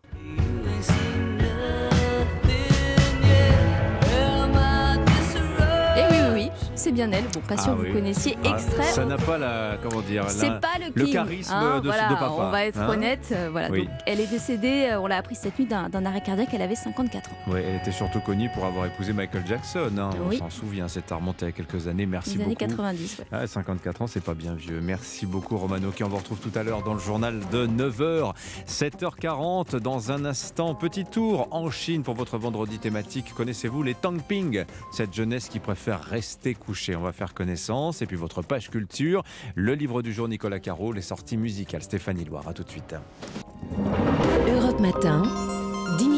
C'est bien elle. Bon, pas sûr que vous connaissiez. Extrait. Ça n'a pas la, comment dire, c'est pas le charisme de papa. On va être honnête. Voilà. Oui. Donc, elle est décédée. On l'a appris cette nuit d'un arrêt cardiaque. Elle avait 54 ans. Oui, elle était surtout connue pour avoir épousé Michael Jackson. Oui. On s'en souvient. C'est remonté à quelques années. Merci beaucoup. Les années 90. Ouais. 54 ans, c'est pas bien vieux. Merci beaucoup, Romano, qui on vous retrouve tout à l'heure dans le journal de 9h, 7h40. Dans un instant, petit tour en Chine pour votre vendredi thématique. Connaissez-vous les Tangping, cette jeunesse qui préfère rester couchée? On va faire connaissance. Et puis votre page culture, le livre du jour Nicolas Caro, les sorties musicales Stéphanie Loire. À tout de suite. Europe Matin, Dimitri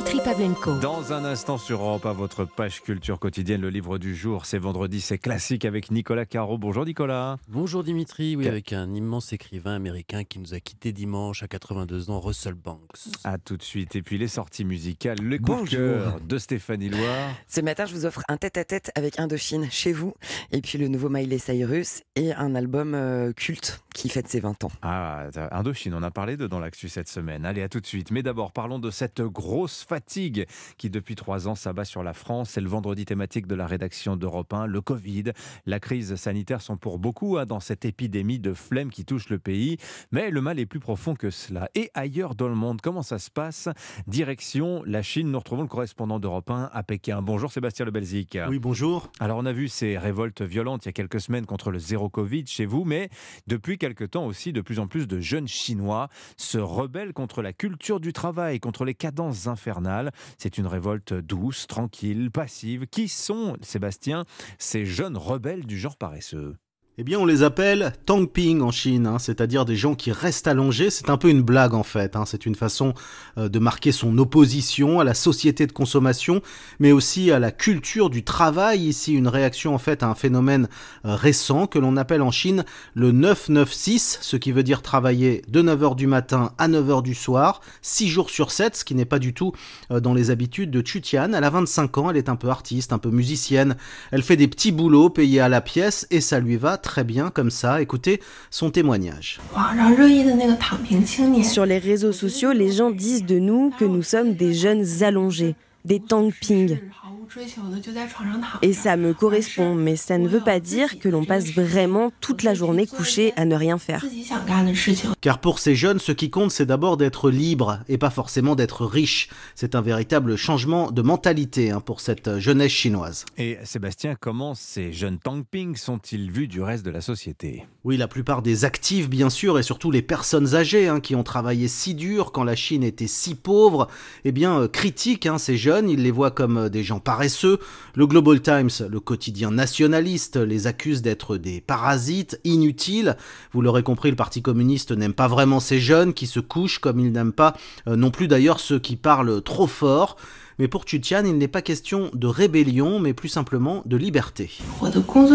Dimitri Pavlenko. Dans un instant sur Europe, à votre page culture quotidienne, le livre du jour, c'est vendredi, c'est classique avec Nicolas Caro. Bonjour Nicolas. Bonjour Dimitri, oui, avec un immense écrivain américain qui nous a quittés dimanche à 82 ans, Russell Banks. À tout de suite. Et puis les sorties musicales, le coup de cœur de Stéphanie Loire. Ce matin, je vous offre un tête-à-tête avec Indochine chez vous, et puis le nouveau Miley Cyrus et un album culte qui fête ses 20 ans. Ah, Indochine, on a parlé de dans l'actu cette semaine. Allez, à tout de suite. Mais d'abord, parlons de cette grosse fatigue qui depuis 3 ans s'abat sur la France. C'est le vendredi thématique de la rédaction d'Europe 1. Le Covid, la crise sanitaire sont pour beaucoup dans cette épidémie de flemme qui touche le pays. Mais le mal est plus profond que cela. Et ailleurs dans le monde, comment ça se passe? Direction la Chine. Nous retrouvons le correspondant d'Europe 1 à Pékin. Bonjour Sébastien Lebelzik. Oui, bonjour. Alors on a vu ces révoltes violentes il y a quelques semaines contre le zéro Covid chez vous, mais depuis quelques temps aussi, de plus en plus de jeunes Chinois se rebellent contre la culture du travail, contre les cadences infernales. C'est une révolte douce, tranquille, passive. Qui sont, Sébastien, ces jeunes rebelles du genre paresseux? Eh bien, on les appelle tangping en Chine, c'est-à-dire des gens qui restent allongés. C'est un peu une blague en fait. C'est une façon de marquer son opposition à la société de consommation, mais aussi à la culture du travail. Ici, une réaction en fait à un phénomène récent que l'on appelle en Chine le 9-9-6, ce qui veut dire travailler de 9h du matin à 9h du soir, 6 jours sur 7, ce qui n'est pas du tout dans les habitudes de Chu Tian. Elle a 25 ans, elle est un peu artiste, un peu musicienne. Elle fait des petits boulots payés à la pièce et ça lui va très bien comme ça. Écoutez son témoignage. Sur les réseaux sociaux, les gens disent de nous que nous sommes des jeunes allongés, des tangping. Et ça me correspond, mais ça ne veut pas dire que l'on passe vraiment toute la journée couché à ne rien faire. Car pour ces jeunes, ce qui compte, c'est d'abord d'être libre et pas forcément d'être riche. C'est un véritable changement de mentalité pour cette jeunesse chinoise. Et Sébastien, comment ces jeunes tangping sont-ils vus du reste de la société? Oui, la plupart des actifs, bien sûr, et surtout les personnes âgées qui ont travaillé si dur quand la Chine était si pauvre, eh bien, critiquent ces jeunes. Ils les voient comme des gens paresseux. Le Global Times, le quotidien nationaliste, les accuse d'être des parasites inutiles. Vous l'aurez compris, le Parti communiste n'aime pas vraiment ces jeunes qui se couchent, comme il n'aime pas non plus d'ailleurs ceux qui parlent trop fort. Mais pour Chu Tian, il n'est pas question de rébellion, mais plus simplement de liberté. En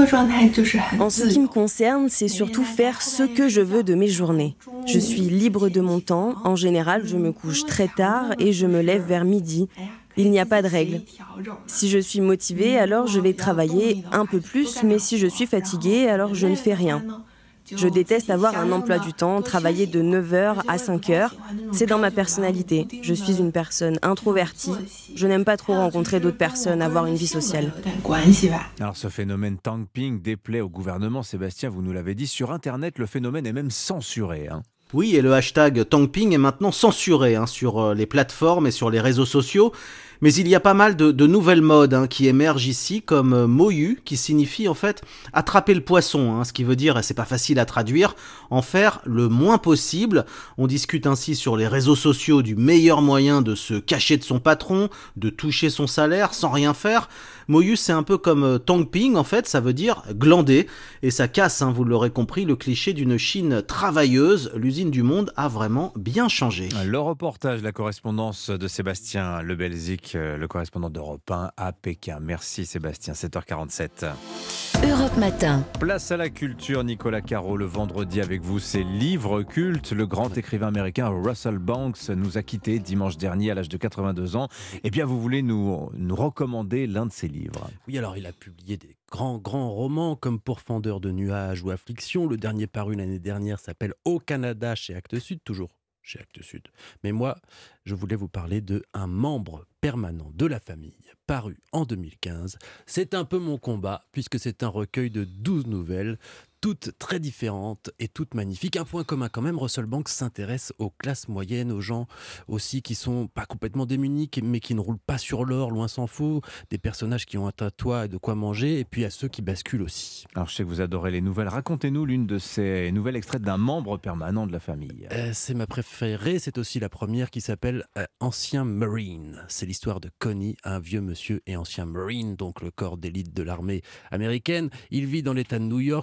ce qui me concerne, c'est surtout faire ce que je veux de mes journées. Je suis libre de mon temps. En général, je me couche très tard et je me lève vers midi. Il n'y a pas de règle. Si je suis motivée, alors je vais travailler un peu plus, mais si je suis fatiguée, alors je ne fais rien. Je déteste avoir un emploi du temps, travailler de 9h à 5h. C'est dans ma personnalité. Je suis une personne introvertie. Je n'aime pas trop rencontrer d'autres personnes, avoir une vie sociale. Alors ce phénomène tangping déplaît au gouvernement. Sébastien, vous nous l'avez dit, sur Internet, le phénomène est même censuré. Oui, et le hashtag tangping est maintenant censuré sur les plateformes et sur les réseaux sociaux. Mais il y a pas mal de nouvelles modes qui émergent ici, comme moyu, qui signifie en fait attraper le poisson, ce qui veut dire, et c'est pas facile à traduire, en faire le moins possible. On discute ainsi sur les réseaux sociaux du meilleur moyen de se cacher de son patron, de toucher son salaire sans rien faire. Moyu, c'est un peu comme tangping, en fait, ça veut dire glander, et ça casse, vous l'aurez compris, le cliché d'une Chine travailleuse. L'usine du monde a vraiment bien changé. Le reportage, la correspondance de Sébastien Lebelzik, le correspondant d'Europe 1 à Pékin. Merci Sébastien, 7h47. Europe Matin. Place à la culture, Nicolas Caro, le vendredi avec vous, c'est livres cultes. Le grand écrivain américain Russell Banks nous a quittés dimanche dernier à l'âge de 82 ans. Eh bien, vous voulez nous recommander l'un de ses livres? Oui, alors il a publié des grands romans comme Pourfendeur de nuages ou Affliction. Le dernier paru l'année dernière s'appelle Au Canada chez Actes Sud, toujours chez Actes Sud. Mais moi, je voulais vous parler de Un membre permanent de la famille, paru en 2015. C'est un peu mon combat, puisque c'est un recueil de 12 nouvelles, toutes très différentes et toutes magnifiques. Un point commun quand même, Russell Banks s'intéresse aux classes moyennes, aux gens aussi qui sont pas complètement démunis, mais qui ne roulent pas sur l'or, loin s'en faut, des personnages qui ont un toit et de quoi manger, et puis à ceux qui basculent aussi. Alors je sais que vous adorez les nouvelles, racontez-nous l'une de ces nouvelles extraites d'un membre permanent de la famille. C'est ma préférée, c'est aussi la première qui s'appelle Ancien Marine. C'est l'histoire de Connie, un vieux monsieur et ancien Marine, donc le corps d'élite de l'armée américaine. Il vit dans l'État de New York, enfin il vit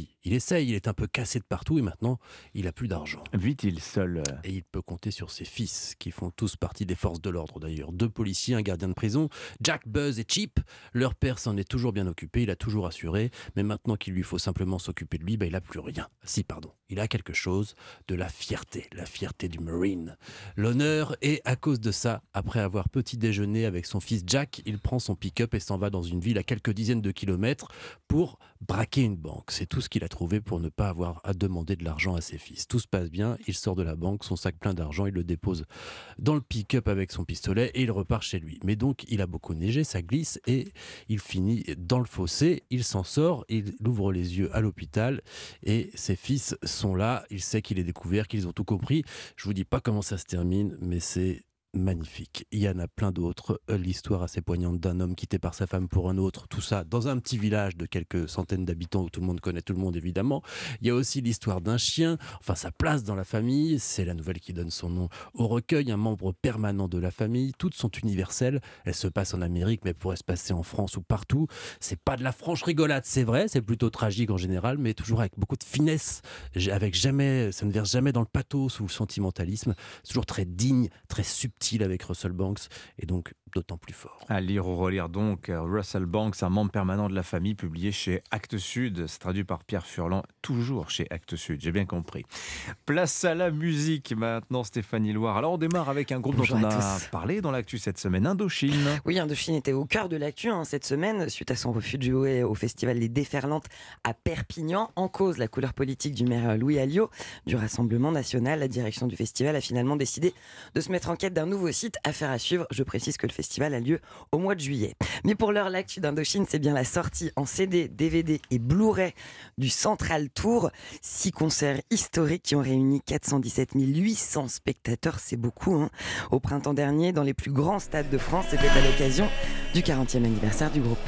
puis il essaye, il est un peu cassé de partout et maintenant il a plus d'argent. Vit-il seul? Et il peut compter sur ses fils, qui font tous partie des forces de l'ordre d'ailleurs. 2 policiers, un gardien de prison, Jack, Buzz et Chip. Leur père s'en est toujours bien occupé, il a toujours assuré, mais maintenant qu'il lui faut simplement s'occuper de lui, il n'a plus rien. Il a quelque chose, de la fierté du Marine. L'honneur, et à cause de ça, après avoir petit déjeuner avec son fils Jack, il prend son pick-up et s'en va dans une ville à quelques dizaines de kilomètres pour braquer une banque. C'est tout ce qu'il a trouvé pour ne pas avoir à demander de l'argent à ses fils. Tout se passe bien, il sort de la banque, son sac plein d'argent, il le dépose dans le pick-up avec son pistolet et il repart chez lui. Mais donc, il a beaucoup neigé, ça glisse et il finit dans le fossé, il s'en sort, il ouvre les yeux à l'hôpital et ses fils sont là, il sait qu'il est découvert, qu'ils ont tout compris. Je vous dis pas comment ça se termine, mais c'est magnifique. Il y en a plein d'autres. L'histoire assez poignante d'un homme quitté par sa femme pour un autre, tout ça dans un petit village de quelques centaines d'habitants où tout le monde connaît tout le monde évidemment. Il y a aussi l'histoire d'un chien, enfin sa place dans la famille, c'est la nouvelle qui donne son nom au recueil, un membre permanent de la famille. Toutes sont universelles, elles se passent en Amérique mais pourraient se passer en France ou partout. C'est pas de la franche rigolade, c'est vrai, c'est plutôt tragique en général, mais toujours avec beaucoup de finesse, avec jamais, ça ne verse jamais dans le pathos ou le sentimentalisme, c'est toujours très digne, très subtil avec Russell Banks et donc d'autant plus fort. À lire ou relire donc Russell Banks, un membre permanent de la famille, publié chez Actes Sud. C'est traduit par Pierre Furlan, toujours chez Actes Sud, j'ai bien compris. Place à la musique maintenant, Stéphanie Loire. Alors on démarre avec un groupe Bonjour dont on a tous. parlé dans l'actu cette semaine, Indochine. Oui, Indochine était au cœur de l'actu cette semaine, suite à son refus de jouer au festival Les Déferlantes à Perpignan. En cause, la couleur politique du maire Louis Alliot du Rassemblement National. La direction du festival a finalement décidé de se mettre en quête d'un nouveau site. Affaire à suivre. Je précise que le festival a lieu au mois de juillet. Mais pour l'heure, l'actu d'Indochine, c'est bien la sortie en CD, DVD et Blu-ray du Central Tour. 6 concerts historiques qui ont réuni 417 800 spectateurs, c'est beaucoup. Au printemps dernier, dans les plus grands stades de France, c'était à l'occasion du 40e anniversaire du groupe.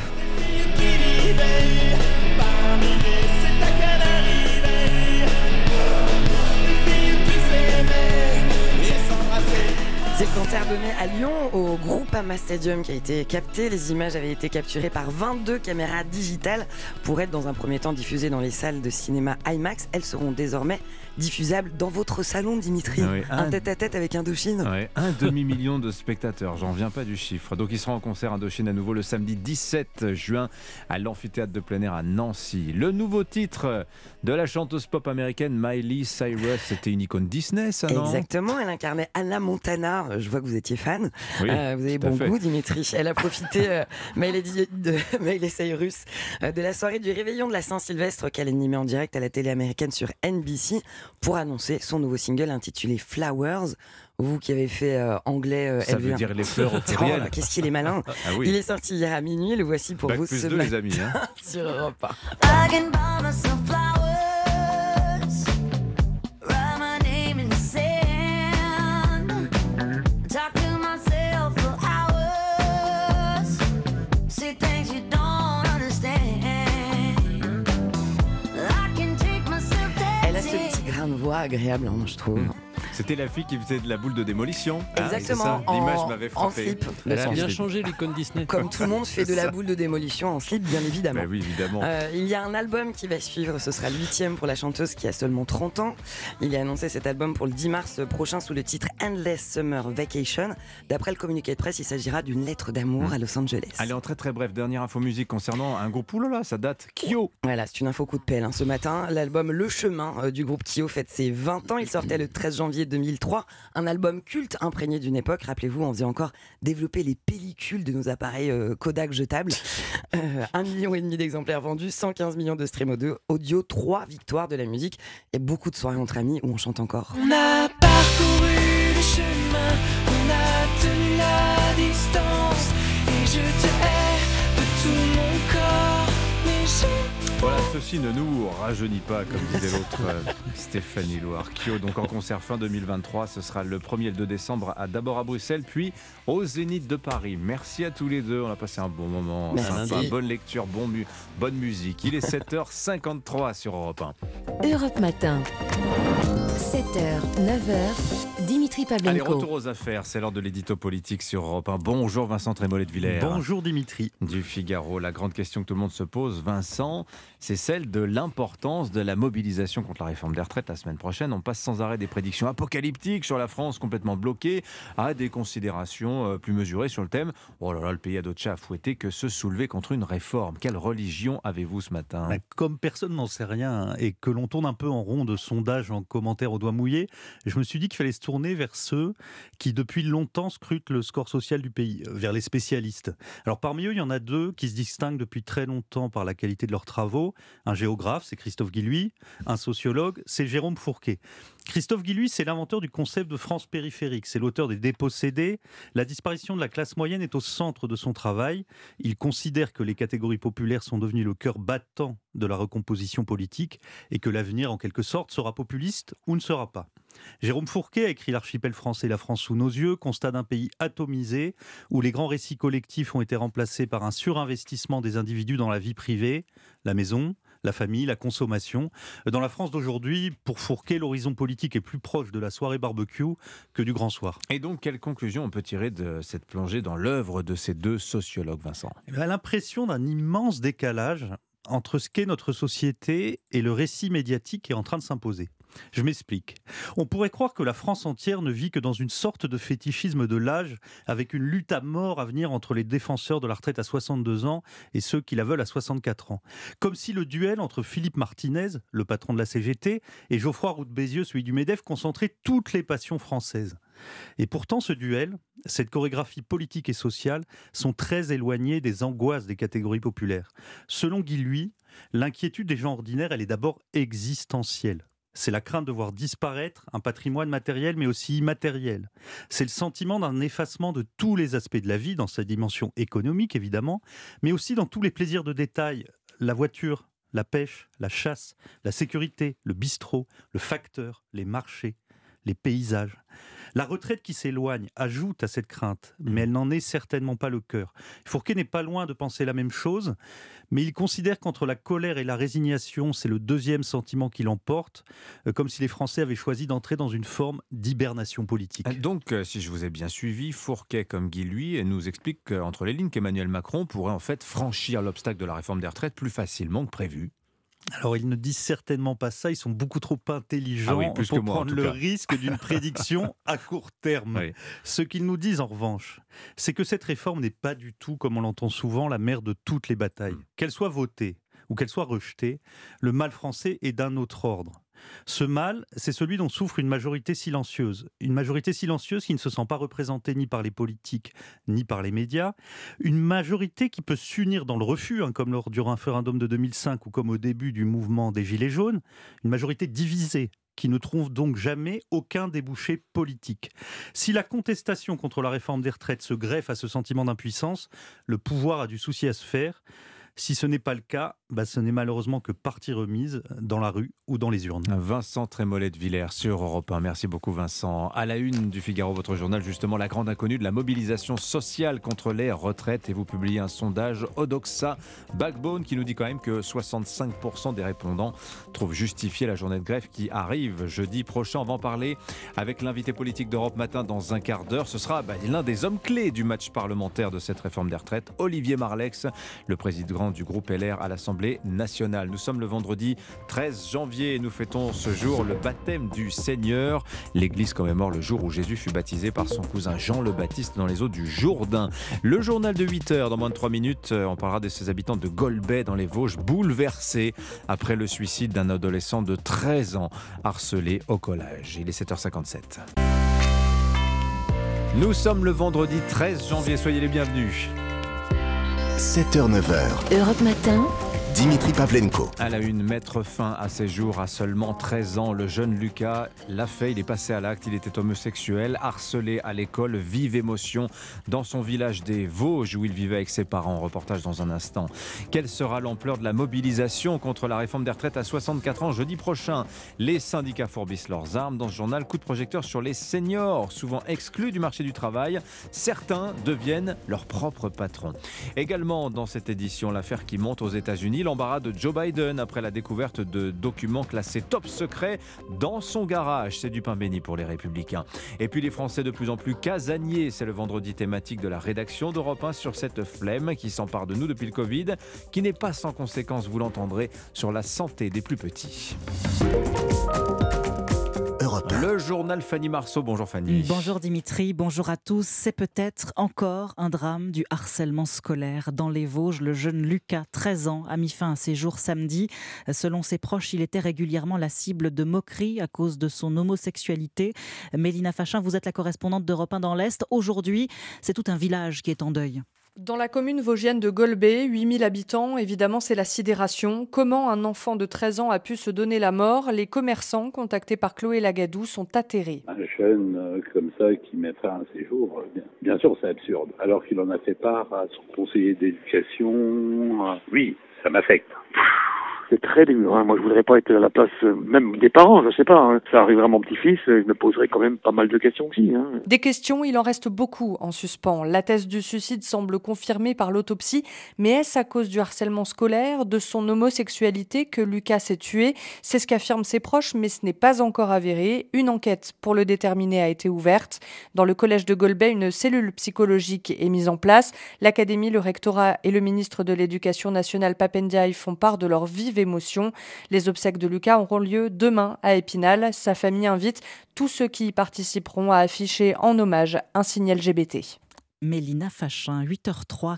C'est le concert donné à Lyon au Groupama Stadium qui a été capté. Les images avaient été capturées par 22 caméras digitales pour être dans un premier temps diffusées dans les salles de cinéma IMAX. Elles seront désormais diffusables dans votre salon, Dimitri. Oui, un tête-à-tête avec Indochine. Oui, 1,5 million de spectateurs, j'en reviens pas du chiffre. Donc ils seront en concert Indochine à nouveau le samedi 17 juin à l'amphithéâtre de plein air à Nancy. Le nouveau titre de la chanteuse pop américaine Miley Cyrus, c'était une icône Disney, ça, non ? Exactement, elle incarnait Hannah Montana. Je vois que vous étiez fan. Oui, vous avez bon goût, Dimitri. Elle a profité, Miley Cyrus, de la soirée du réveillon de la Saint-Sylvestre qu'elle animait en direct à la télé américaine sur NBC pour annoncer son nouveau single intitulé Flowers. Vous qui avez fait anglais, ça veut dire les fleurs au pluriel. Qu'est-ce qu'il est malin. Ah oui. Il est sorti hier à minuit. Le voici pour vous ce matin. Les amis, sur Europe 1. Elle a ce petit grain de voix agréable, je trouve. C'était la fille qui faisait de la boule de démolition. Exactement. L'image m'avait frappé. En slip. Elle a bien changé l'icône Disney. Comme tout le monde fait de la boule de démolition en slip, bien évidemment. Oui, évidemment. Il y a un album qui va suivre. Ce sera le 8e pour la chanteuse qui a seulement 30 ans. Il a annoncé cet album pour le 10 mars prochain sous le titre Endless Summer Vacation. D'après le communiqué de presse, il s'agira d'une lettre d'amour à Los Angeles. Allez, en très très bref, dernière info musique concernant un groupe, ça date, Kyo. Voilà, c'est une info coup de pelle. Ce matin, l'album Le Chemin du groupe Kyo fête ses 20 ans. Il sortait le 13 janvier 2003. Un album culte imprégné d'une époque. Rappelez-vous, on faisait encore développer les pellicules de nos appareils Kodak jetables. 1,5 million d'exemplaires vendus, 115 millions de streams audio, 3 victoires de la musique et beaucoup de soirées entre amis où on chante encore. On a parcouru le chemin, on a tenu la distance et je te hais de tout mon corps, mais je... Voilà, ceci ne nous rajeunit pas, comme disait l'autre Stéphanie Loire. Kyo, donc en concert fin 2023, ce sera le 1er et le 2 décembre, d'abord à Bruxelles, puis au Zénith de Paris. Merci à tous les deux, on a passé un bon moment, sympa, bonne lecture, bonne musique. Il est 7h53 sur Europe 1. Europe Matin, 7h, 9h, Dimitri Dimitri Pavlenko. Allez, retour aux affaires, c'est l'heure de l'édito politique sur Europe 1. Bonjour Vincent Trémollet de Villers. Bonjour Dimitri. Du Figaro, la grande question que tout le monde se pose, Vincent, c'est celle de l'importance de la mobilisation contre la réforme des retraites la semaine prochaine. On passe sans arrêt des prédictions apocalyptiques sur la France complètement bloquée à des considérations plus mesurées sur le thème. Oh là là, le pays a d'autres chats à fouetter que se soulever contre une réforme. Quelle religion avez-vous ce matin ? Comme personne n'en sait rien et que l'on tourne un peu en rond de sondages en commentaire au doigt mouillé, je me suis dit qu'il fallait se tourner vers ceux qui depuis longtemps scrutent le score social du pays, vers les spécialistes. Alors parmi eux, il y en a deux qui se distinguent depuis très longtemps par la qualité de leurs travaux. Un géographe, c'est Christophe Guilluy. Un sociologue, c'est Jérôme Fourquet. Christophe Guilluy, c'est l'inventeur du concept de France périphérique. C'est l'auteur des Dépossédés. La disparition de la classe moyenne est au centre de son travail. Il considère que les catégories populaires sont devenues le cœur battant de la recomposition politique et que l'avenir, en quelque sorte, sera populiste ou ne sera pas. Jérôme Fourquet a écrit L'archipel français, la France sous nos yeux, constat d'un pays atomisé où les grands récits collectifs ont été remplacés par un surinvestissement des individus dans la vie privée, la maison, la famille, la consommation. Dans la France d'aujourd'hui, pour Fourquet, l'horizon politique est plus proche de la soirée barbecue que du grand soir. Et donc, quelle conclusion on peut tirer de cette plongée dans l'œuvre de ces deux sociologues, Vincent ? L'impression d'un immense décalage entre ce qu'est notre société et le récit médiatique qui est en train de s'imposer. Je m'explique. On pourrait croire que la France entière ne vit que dans une sorte de fétichisme de l'âge, avec une lutte à mort à venir entre les défenseurs de la retraite à 62 ans et ceux qui la veulent à 64 ans. Comme si le duel entre Philippe Martinez, le patron de la CGT, et Geoffroy Roux de Bézieux, celui du MEDEF, concentrait toutes les passions françaises. Et pourtant, ce duel, cette chorégraphie politique et sociale, sont très éloignés des angoisses des catégories populaires. Selon Guilluy, l'inquiétude des gens ordinaires, elle est d'abord existentielle. C'est la crainte de voir disparaître un patrimoine matériel mais aussi immatériel. C'est le sentiment d'un effacement de tous les aspects de la vie, dans sa dimension économique évidemment, mais aussi dans tous les plaisirs de détail, la voiture, la pêche, la chasse, la sécurité, le bistrot, le facteur, les marchés, les paysages. La retraite qui s'éloigne ajoute à cette crainte, mais elle n'en est certainement pas le cœur. Fourquet n'est pas loin de penser la même chose, mais il considère qu'entre la colère et la résignation, c'est le deuxième sentiment qui l'emporte, comme si les Français avaient choisi d'entrer dans une forme d'hibernation politique. Donc, si je vous ai bien suivi, Fourquet comme Guilluy nous explique entre les lignes qu'Emmanuel Macron pourrait en fait franchir l'obstacle de la réforme des retraites plus facilement que prévu. Alors, ils ne disent certainement pas ça, ils sont beaucoup trop intelligents pour prendre le risque d'une prédiction à court terme. Oui. Ce qu'ils nous disent en revanche, c'est que cette réforme n'est pas du tout, comme on l'entend souvent, la mère de toutes les batailles. Qu'elle soit votée ou qu'elle soit rejetée, le mal français est d'un autre ordre. Ce mal, c'est celui dont souffre une majorité silencieuse. Une majorité silencieuse qui ne se sent pas représentée ni par les politiques, ni par les médias. Une majorité qui peut s'unir dans le refus, comme lors du référendum de 2005 ou comme au début du mouvement des Gilets jaunes. Une majorité divisée, qui ne trouve donc jamais aucun débouché politique. Si la contestation contre la réforme des retraites se greffe à ce sentiment d'impuissance, le pouvoir a du souci à se faire. Si ce n'est pas le cas, ce n'est malheureusement que partie remise dans la rue ou dans les urnes. Vincent Trémollet de Villers sur Europe 1. Merci beaucoup Vincent. À la une du Figaro, votre journal, justement, la grande inconnue de la mobilisation sociale contre les retraites. Et vous publiez un sondage Odoxa Backbone qui nous dit quand même que 65% des répondants trouvent justifiée la journée de grève qui arrive jeudi prochain. On va en parler avec l'invité politique d'Europe Matin dans un quart d'heure. Ce sera l'un des hommes clés du match parlementaire de cette réforme des retraites, Olivier Marleix, le président du groupe LR à l'Assemblée nationale. Nous sommes le vendredi 13 janvier et nous fêtons ce jour le baptême du Seigneur. L'Église commémore le jour où Jésus fut baptisé par son cousin Jean le Baptiste dans les eaux du Jourdain. Le journal de 8h, dans moins de 3 minutes, on parlera de ces habitants de Golbet dans les Vosges, bouleversés après le suicide d'un adolescent de 13 ans harcelé au collège. Il est 7h57. Nous sommes le vendredi 13 janvier, soyez les bienvenus. 7h-9h. Europe Matin. Dimitri Pavlenko. À la une, mettre fin à ses jours à seulement 13 ans. Le jeune Lucas l'a fait, il est passé à l'acte, il était homosexuel, harcelé à l'école, vive émotion dans son village des Vosges où il vivait avec ses parents. Reportage dans un instant. Quelle sera l'ampleur de la mobilisation contre la réforme des retraites à 64 ans jeudi prochain? Les syndicats fourbissent leurs armes. Dans ce journal, coup de projecteur sur les seniors, souvent exclus du marché du travail. Certains deviennent leurs propres patrons. Également dans cette édition, l'affaire qui monte aux États-Unis. l'embarras de Joe Biden après la découverte de documents classés top secret dans son garage. C'est du pain béni pour les Républicains. Et puis les Français de plus en plus casaniers. C'est le vendredi thématique de la rédaction d'Europe 1 sur cette flemme qui s'empare de nous depuis le Covid, qui n'est pas sans conséquences, vous l'entendrez, sur la santé des plus petits. Le journal Fanny Marceau. Bonjour Fanny. Bonjour Dimitri, bonjour à tous. C'est peut-être encore un drame du harcèlement scolaire. Dans les Vosges, le jeune Lucas, 13 ans, a mis fin à ses jours samedi. Selon ses proches, il était régulièrement la cible de moqueries à cause de son homosexualité. Mélina Fachin, vous êtes la correspondante d'Europe 1 dans l'Est. Aujourd'hui, c'est tout un village qui est en deuil. Dans la commune vosgienne de Golbet, 8000 habitants, évidemment c'est la sidération. Comment un enfant de 13 ans a pu se donner la mort? Les commerçants contactés par Chloé Lagadou sont atterrés. Un jeune comme ça qui met fin à ses jours, bien sûr c'est absurde. Alors qu'il en a fait part à son conseiller d'éducation, oui, ça m'affecte. C'est très dur. Moi, je voudrais pas être à la place même des parents, je sais pas. Ça arriverait à mon petit-fils, je me poserais quand même pas mal de questions aussi. Des questions, il en reste beaucoup en suspens. La thèse du suicide semble confirmée par l'autopsie, mais est-ce à cause du harcèlement scolaire, de son homosexualité que Lucas s'est tué? C'est ce qu'affirment ses proches, mais ce n'est pas encore avéré. Une enquête pour le déterminer a été ouverte. Dans le collège de Golbet, une cellule psychologique est mise en place. L'académie, le rectorat et le ministre de l'Éducation nationale Pap Ndiaye font part de leur vive émotion. Les obsèques de Lucas auront lieu demain à Épinal. Sa famille invite tous ceux qui y participeront à afficher en hommage un signe LGBT. Mélina Fachin, 8h03,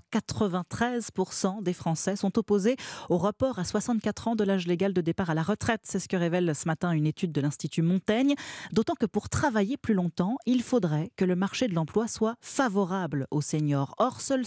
93% des Français sont opposés au report à 64 ans de l'âge légal de départ à la retraite. C'est ce que révèle ce matin une étude de l'Institut Montaigne. D'autant que pour travailler plus longtemps, il faudrait que le marché de l'emploi soit favorable aux seniors. Or, seuls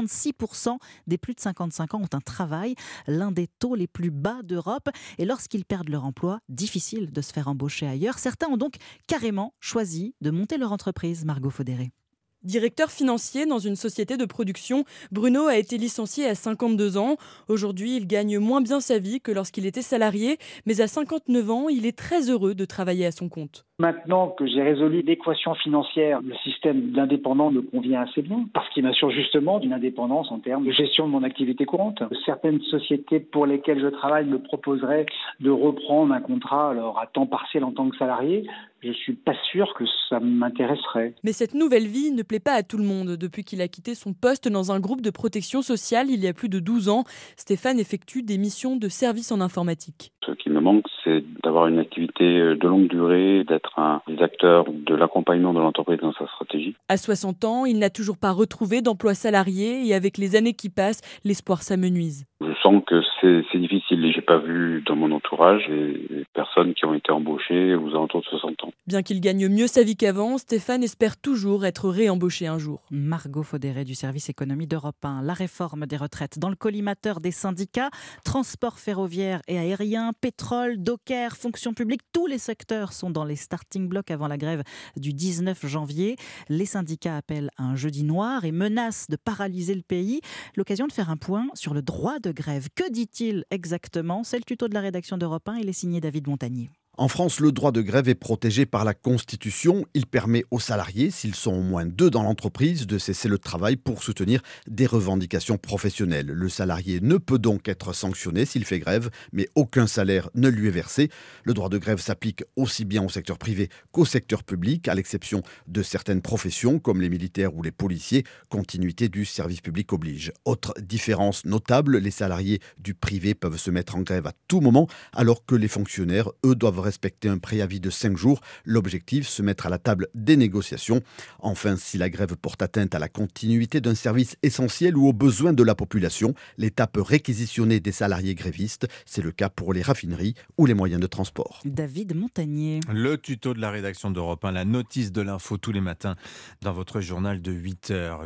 56% des plus de 55 ans ont un travail, l'un des taux les plus bas d'Europe. Et lorsqu'ils perdent leur emploi, difficile de se faire embaucher ailleurs. Certains ont donc carrément choisi de monter leur entreprise. Margot Faudéré. Directeur financier dans une société de production, Bruno a été licencié à 52 ans. Aujourd'hui, il gagne moins bien sa vie que lorsqu'il était salarié, mais à 59 ans, il est très heureux de travailler à son compte. Maintenant que j'ai résolu l'équation financière, le système d'indépendant me convient assez bien parce qu'il m'assure justement d'une indépendance en termes de gestion de mon activité courante. Certaines sociétés pour lesquelles je travaille me proposeraient de reprendre un contrat alors à temps partiel en tant que salarié. Je ne suis pas sûr que ça m'intéresserait. Mais cette nouvelle vie ne plaît pas à tout le monde. Depuis qu'il a quitté son poste dans un groupe de protection sociale il y a plus de 12 ans, Stéphane effectue des missions de service en informatique. Ce qui me manque, c'est d'avoir une activité de longue durée, d'être un des acteurs de l'accompagnement de l'entreprise dans sa stratégie. À 60 ans, il n'a toujours pas retrouvé d'emploi salarié et avec les années qui passent, l'espoir s'amenuise. Je sens que c'est difficile et j'ai pas vu dans mon entourage des personnes qui ont été embauchées aux alentours de 60 ans. Bien qu'il gagne mieux sa vie qu'avant, Stéphane espère toujours être réembauché un jour. Margot Faudéré du service économie d'Europe 1. La réforme des retraites dans le collimateur des syndicats, transport ferroviaire et aérien, pétrole, docker, fonction publique, tous les secteurs sont dans les starting blocks avant la grève du 19 janvier. Les syndicats appellent à un jeudi noir et menacent de paralyser le pays. L'occasion de faire un point sur le droit de grève. Que dit-il exactement? C'est le tuto de la rédaction d'Europe 1. Il est signé David Montagnier. En France, le droit de grève est protégé par la Constitution. Il permet aux salariés, s'ils sont au moins 2 dans l'entreprise, de cesser le travail pour soutenir des revendications professionnelles. Le salarié ne peut donc être sanctionné s'il fait grève, mais aucun salaire ne lui est versé. Le droit de grève s'applique aussi bien au secteur privé qu'au secteur public, à l'exception de certaines professions comme les militaires ou les policiers. Continuité du service public oblige. Autre différence notable, les salariés du privé peuvent se mettre en grève à tout moment, alors que les fonctionnaires, eux, doivent respecter un préavis de 5 jours. L'objectif, se mettre à la table des négociations. Enfin, si la grève porte atteinte à la continuité d'un service essentiel ou aux besoins de la population, l'État peut réquisitionner des salariés grévistes. C'est le cas pour les raffineries ou les moyens de transport. David Montagnier. Le tuto de la rédaction d'Europe 1, la notice de l'info tous les matins dans votre journal de 8h.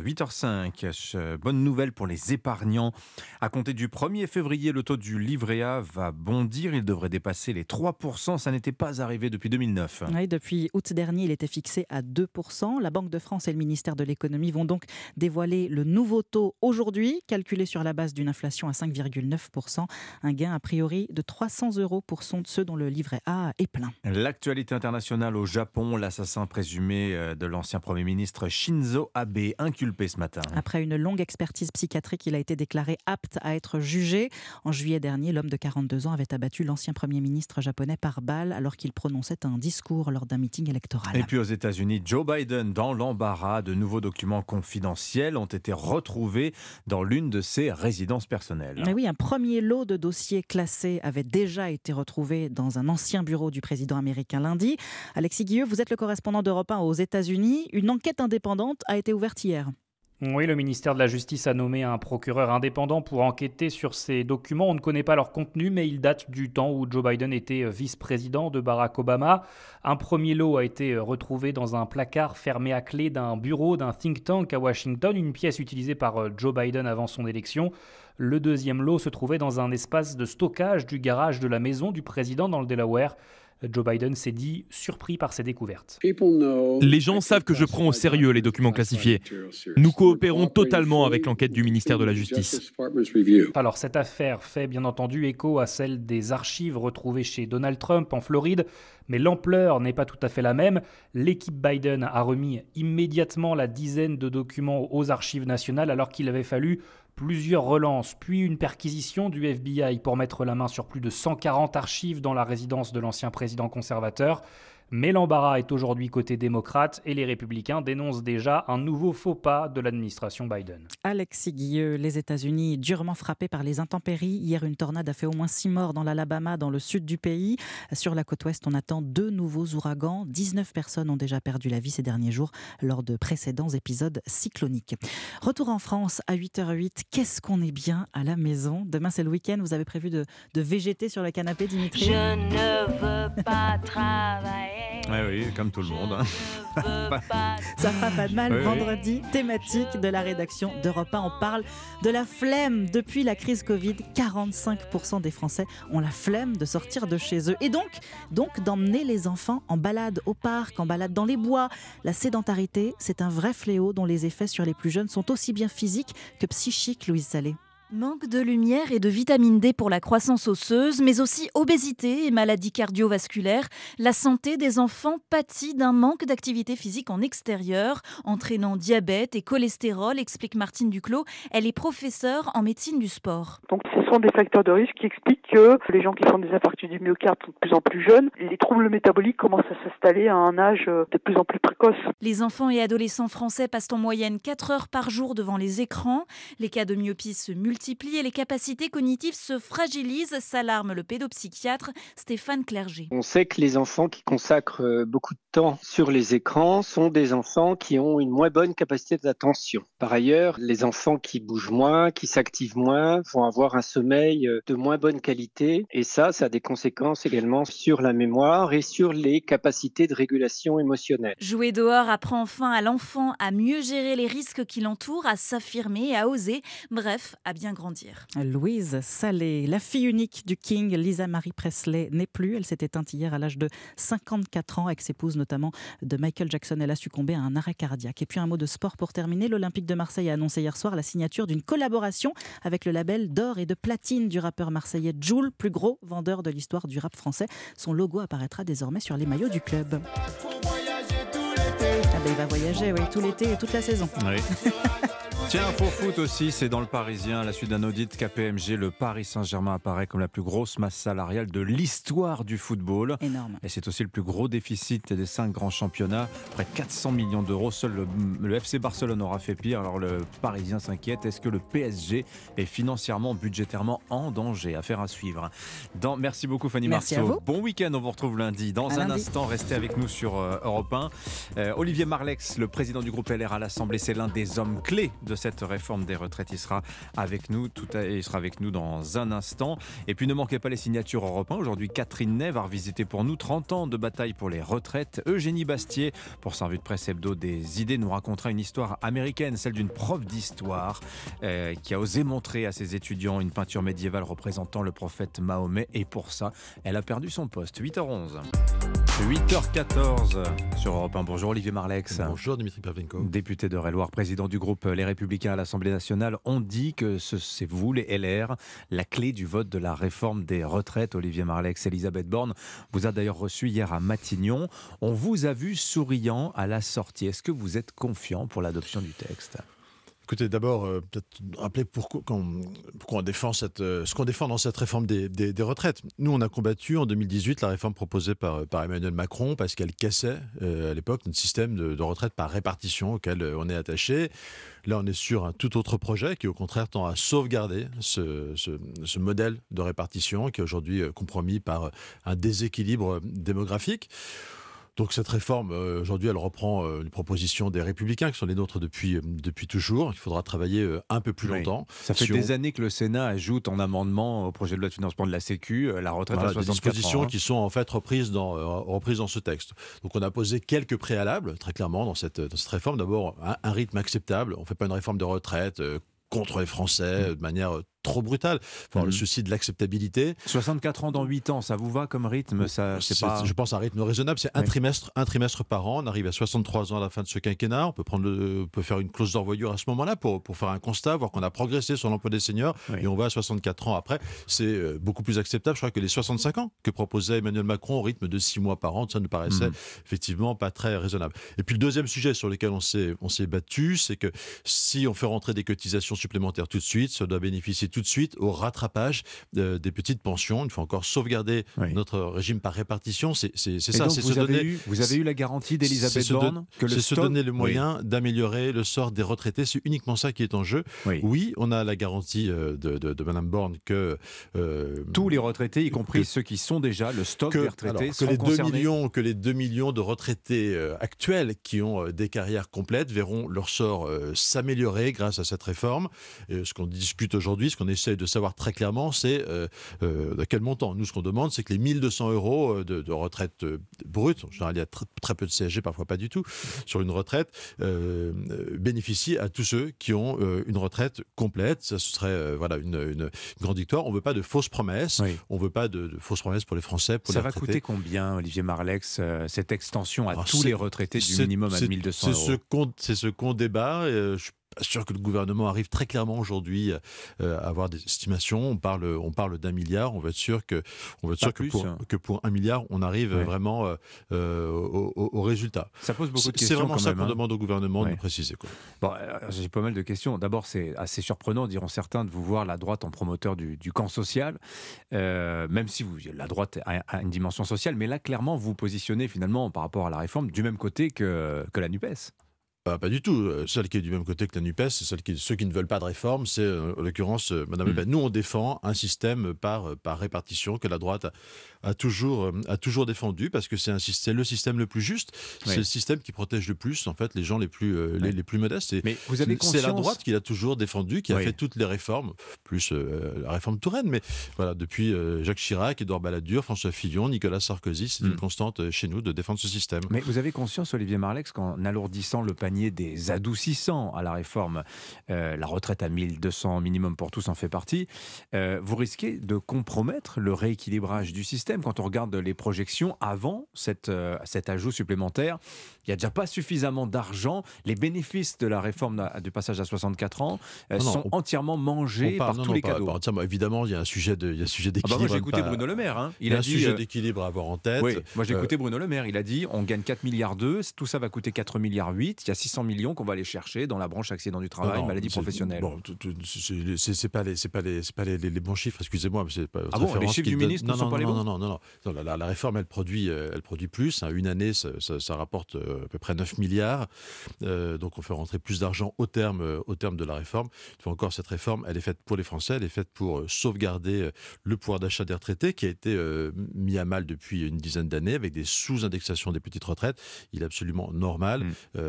8h05, bonne nouvelle pour les épargnants. À compter du 1er février, le taux du livret A va bondir. Il devrait dépasser les 3% ça n'était pas arrivé depuis 2009. Oui, depuis août dernier, il était fixé à 2%. La Banque de France et le ministère de l'économie vont donc dévoiler le nouveau taux aujourd'hui, calculé sur la base d'une inflation à 5,9%. Un gain a priori de 300 € pour ceux dont le livret A est plein. L'actualité internationale au Japon, l'assassin présumé de l'ancien Premier ministre Shinzo Abe, inculpé ce matin. Après une longue expertise psychiatrique, il a été déclaré apte à être jugé. En juillet dernier, l'homme de 42 ans avait abattu l'ancien Premier ministre japonais par balle alors qu'il prononçait un discours lors d'un meeting électoral. Et puis aux États-Unis, Joe Biden dans l'embarras. De nouveaux documents confidentiels ont été retrouvés dans l'une de ses résidences personnelles. Mais oui, un premier lot de dossiers classés avait déjà été retrouvé dans un ancien bureau du président américain lundi. Alexis Guilleux, vous êtes le correspondant d'Europe 1 aux États-Unis. Une enquête indépendante a été ouverte hier. Oui, le ministère de la Justice a nommé un procureur indépendant pour enquêter sur ces documents. On ne connaît pas leur contenu, mais ils datent du temps où Joe Biden était vice-président de Barack Obama. Un premier lot a été retrouvé dans un placard fermé à clé d'un bureau d'un think tank à Washington, une pièce utilisée par Joe Biden avant son élection. Le deuxième lot se trouvait dans un espace de stockage du garage de la maison du président dans le Delaware. Joe Biden s'est dit surpris par ces découvertes. Les gens savent que je prends au sérieux les documents classifiés. Nous coopérons totalement avec l'enquête du ministère de la Justice. Alors cette affaire fait bien entendu écho à celle des archives retrouvées chez Donald Trump en Floride, mais l'ampleur n'est pas tout à fait la même. L'équipe Biden a remis immédiatement la dizaine de documents aux archives nationales alors qu'il avait fallu plusieurs relances, puis une perquisition du FBI pour mettre la main sur plus de 140 archives dans la résidence de l'ancien président conservateur. Mais l'embarras est aujourd'hui côté démocrate et les républicains dénoncent déjà un nouveau faux pas de l'administration Biden. Alexis Guilleux, les États-Unis durement frappés par les intempéries. Hier, une tornade a fait au moins 6 morts dans l'Alabama, dans le sud du pays. Sur la côte ouest, on attend 2 nouveaux ouragans. 19 personnes ont déjà perdu la vie ces derniers jours lors de précédents épisodes cycloniques. Retour en France à 8h08. Qu'est-ce qu'on est bien à la maison. Demain, c'est le week-end. Vous avez prévu de végéter sur le canapé, Dimitri ? Je ne veux pas travailler. Oui, comme tout le monde. Ça fera pas de mal. Oui, vendredi, thématique de la rédaction d'Europe 1. On parle de la flemme. Depuis la crise Covid, 45% des Français ont la flemme de sortir de chez eux. Et donc d'emmener les enfants en balade au parc, en balade dans les bois. La sédentarité, c'est un vrai fléau dont les effets sur les plus jeunes sont aussi bien physiques que psychiques, Louise Salé. Manque de lumière et de vitamine D pour la croissance osseuse, mais aussi obésité et maladies cardiovasculaires. La santé des enfants pâtit d'un manque d'activité physique en extérieur, entraînant diabète et cholestérol, explique Martine Duclos. Elle est professeure en médecine du sport. Donc ce sont des facteurs de risque qui expliquent que les gens qui font des infarctus du myocarde sont de plus en plus jeunes. Les troubles métaboliques commencent à s'installer à un âge de plus en plus précoce. Les enfants et adolescents français passent en moyenne 4 heures par jour devant les écrans. Les cas de myopie se multiplient et les capacités cognitives se fragilisent, s'alarme le pédopsychiatre Stéphane Clerget. On sait que les enfants qui consacrent beaucoup de temps sur les écrans sont des enfants qui ont une moins bonne capacité d'attention. Par ailleurs, les enfants qui bougent moins, qui s'activent moins, vont avoir un sommeil de moins bonne qualité et ça a des conséquences également sur la mémoire et sur les capacités de régulation émotionnelle. Jouer dehors apprend enfin à l'enfant à mieux gérer les risques qui l'entourent, à s'affirmer, à oser, bref, à bien grandir. Louise Salé, la fille unique du King, Lisa Marie Presley, n'est plus. Elle s'est éteinte hier à l'âge de 54 ans, ex-épouse notamment de Michael Jackson. Elle a succombé à un arrêt cardiaque. Et puis un mot de sport pour terminer. L'Olympique de Marseille a annoncé hier soir la signature d'une collaboration avec le label d'or et de platine du rappeur marseillais Jul, plus gros vendeur de l'histoire du rap français. Son logo apparaîtra désormais sur les maillots du club. Il va voyager, oui, tout l'été et toute la saison. Oui. Tiens, pour foot aussi, c'est dans le Parisien. À la suite d'un audit KPMG, le Paris Saint-Germain apparaît comme la plus grosse masse salariale de l'histoire du football. Énorme. Et c'est aussi le plus gros déficit des 5 grands championnats. Près de 400 millions d'euros. Seul le FC Barcelone aura fait pire. Alors le Parisien s'inquiète. Est-ce que le PSG est financièrement, budgétairement en danger? Affaire à suivre. Merci beaucoup Fanny Marceau. Bon week-end, on vous retrouve lundi. Dans un instant, restez avec nous sur Europe 1. Olivier Marleix, le président du groupe LR à l'Assemblée, c'est l'un des hommes clés de cette réforme des retraites. Il sera avec nous dans un instant. Et puis ne manquez pas les signatures Europe 1. Aujourd'hui, Catherine Ney va revisiter pour nous 30 ans de bataille pour les retraites. Eugénie Bastier, pour sa revue de presse hebdo des idées, nous racontera une histoire américaine, celle d'une prof d'histoire qui a osé montrer à ses étudiants une peinture médiévale représentant le prophète Mahomet. Et pour ça, elle a perdu son poste. 8h11. 8h14 sur Europe 1. Bonjour Olivier Marleix. Bonjour Dimitri Pavlenko. Député de Eure-et-Loir, président du groupe Les Républicains à l'Assemblée nationale. On dit que c'est vous, les LR, la clé du vote de la réforme des retraites. Olivier Marleix, Elisabeth Borne vous a d'ailleurs reçu hier à Matignon. On vous a vu souriant à la sortie. Est-ce que vous êtes confiant pour l'adoption du texte ? Écoutez, d'abord, peut-être rappeler pourquoi on défend ce qu'on défend dans cette réforme des retraites. Nous, on a combattu en 2018 la réforme proposée par Emmanuel Macron parce qu'elle cassait à l'époque notre système de retraite par répartition auquel on est attaché. Là, on est sur un tout autre projet qui, au contraire, tend à sauvegarder ce modèle de répartition qui est aujourd'hui compromis par un déséquilibre démographique. Donc cette réforme, aujourd'hui, elle reprend une proposition des Républicains qui sont les nôtres depuis toujours. Il faudra travailler un peu plus longtemps. Ça fait des années que le Sénat ajoute en amendement au projet de loi de financement de la Sécu la retraite à 64 ans. Des dispositions qui sont en fait reprises dans ce texte. Donc on a posé quelques préalables, très clairement, dans cette réforme. D'abord, un rythme acceptable. On ne fait pas une réforme de retraite contre les Français de manière trop brutale. Le souci de l'acceptabilité. 64 ans dans 8 ans, ça vous va comme rythme? Je pense un rythme raisonnable. C'est un trimestre par an. On arrive à 63 ans à la fin de ce quinquennat. On peut faire une clause de revoyure à ce moment-là pour faire un constat, voir qu'on a progressé sur l'emploi des seniors. Et on va à 64 ans après. C'est beaucoup plus acceptable, je crois, que les 65 ans que proposait Emmanuel Macron au rythme de 6 mois par an. Ça nous paraissait effectivement pas très raisonnable. Et puis le deuxième sujet sur lequel on s'est battu, c'est que si on fait rentrer des cotisations supplémentaires tout de suite, ça doit bénéficier tout de suite au rattrapage des petites pensions. Il faut encore sauvegarder notre régime par répartition. C'est ça. Donc vous avez eu la garantie d'Elisabeth Borne que se donner le moyen d'améliorer le sort des retraités. C'est uniquement ça qui est en jeu. Oui, on a la garantie de Mme Borne que tous les retraités, y compris ceux qui sont déjà le stock des retraités, seront concernés. Que les 2 millions de retraités actuels qui ont des carrières complètes verront leur sort s'améliorer grâce à cette réforme. Et ce qu'on discute aujourd'hui, ce qu'on essaie de savoir très clairement, c'est à quel montant. Nous, ce qu'on demande, c'est que les 1 200 € de retraite brute, en général, il y a très peu de CSG, parfois pas du tout, sur une retraite, bénéficient à tous ceux qui ont une retraite complète. Ça, ce serait une grande victoire. On ne veut pas de fausses promesses. On ne veut pas de fausses promesses pour les Français, pour les retraités. Ça va coûter combien, Olivier Marleix, cette extension à tous les retraités du minimum à 1 200 €? C'est ce qu'on débat. Je suis pas sûr que le gouvernement arrive très clairement aujourd'hui à avoir des estimations. On parle d'1 milliard. On veut être sûr que pour 1 milliard, on arrive vraiment au résultat. Ça pose beaucoup de questions. C'est vraiment ça qu'on demande au gouvernement de nous préciser. Bon, j'ai pas mal de questions. D'abord, c'est assez surprenant, diront certains, de vous voir la droite en promoteur du camp social, même si la droite a une dimension sociale. Mais là, clairement, vous vous positionnez finalement par rapport à la réforme du même côté que la NUPES. Pas du tout. Celle qui est du même côté que la NUPES, c'est ceux qui ne veulent pas de réforme, c'est en l'occurrence Mme Le Pen. Nous, on défend un système par répartition que la droite a toujours défendu parce que c'est le système le plus juste. C'est le système qui protège le plus en fait les gens les plus modestes. Mais vous avez conscience... C'est la droite qui l'a toujours défendu, qui a fait toutes les réformes, plus la réforme Touraine. Mais voilà, depuis Jacques Chirac, Édouard Balladur, François Fillon, Nicolas Sarkozy, c'est une constante chez nous de défendre ce système. Mais vous avez conscience, Olivier Marleix, qu'en alourdissant le panier des adoucissants à la réforme, la retraite à 1 200 minimum pour tous en fait partie, vous risquez de compromettre le rééquilibrage du système. Quand on regarde les projections avant cet ajout supplémentaire, il n'y a déjà pas suffisamment d'argent. Les bénéfices de la réforme du passage à 64 ans sont entièrement mangés par tous les cadeaux. Évidemment, il y a un sujet d'équilibre. Moi, j'ai écouté Bruno Le Maire. Il a un sujet d'équilibre à avoir en tête. Oui, moi, j'ai écouté Bruno Le Maire. Il a dit on gagne 4,2 milliards, tout ça va coûter 4,8 milliards. Il y a 600 millions qu'on va aller chercher dans la branche accident du travail, maladie professionnelle. Bon, c'est pas les bons chiffres, excusez-moi. Mais c'est pas les chiffres du ministre ne sont pas les bons? Non. La réforme, elle produit plus. Une année, ça rapporte à peu près 9 milliards. Donc on fait rentrer plus d'argent au terme de la réforme. Une fois encore, cette réforme, elle est faite pour les Français, elle est faite pour sauvegarder le pouvoir d'achat des retraités qui a été mis à mal depuis une dizaine d'années avec des sous-indexations des petites retraites. Il est absolument normal que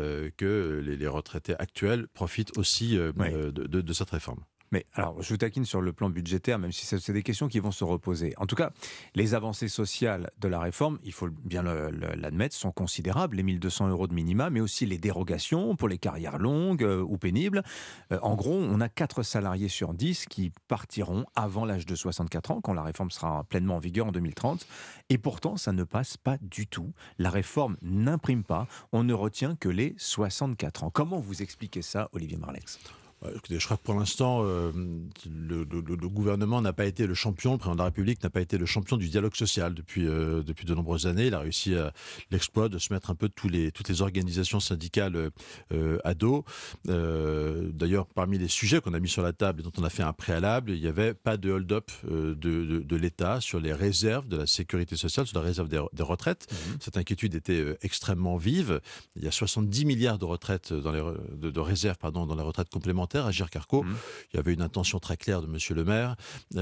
que les retraités actuels profitent aussi de cette réforme. Mais alors, je vous taquine sur le plan budgétaire, même si c'est des questions qui vont se reposer. En tout cas, les avancées sociales de la réforme, il faut bien l'admettre, sont considérables. Les 1 200 € de minima, mais aussi les dérogations pour les carrières longues ou pénibles. En gros, on a 4 salariés sur 10 qui partiront avant l'âge de 64 ans, quand la réforme sera pleinement en vigueur en 2030. Et pourtant, ça ne passe pas du tout. La réforme n'imprime pas. On ne retient que les 64 ans. Comment vous expliquez ça, Olivier Marleix ? Écoutez, je crois que pour l'instant, le gouvernement n'a pas été le champion, le président de la République n'a pas été le champion du dialogue social depuis de nombreuses années. Il a réussi l'exploit de se mettre un peu toutes les organisations syndicales à dos. D'ailleurs, parmi les sujets qu'on a mis sur la table et dont on a fait un préalable, il n'y avait pas de hold-up de l'État sur les réserves de la sécurité sociale, sur la réserve des retraites. Cette inquiétude était extrêmement vive. Il y a 70 milliards de retraites de réserves dans les retraites complémentaires à Agirc-Arrco. Il y avait une intention très claire de M. le maire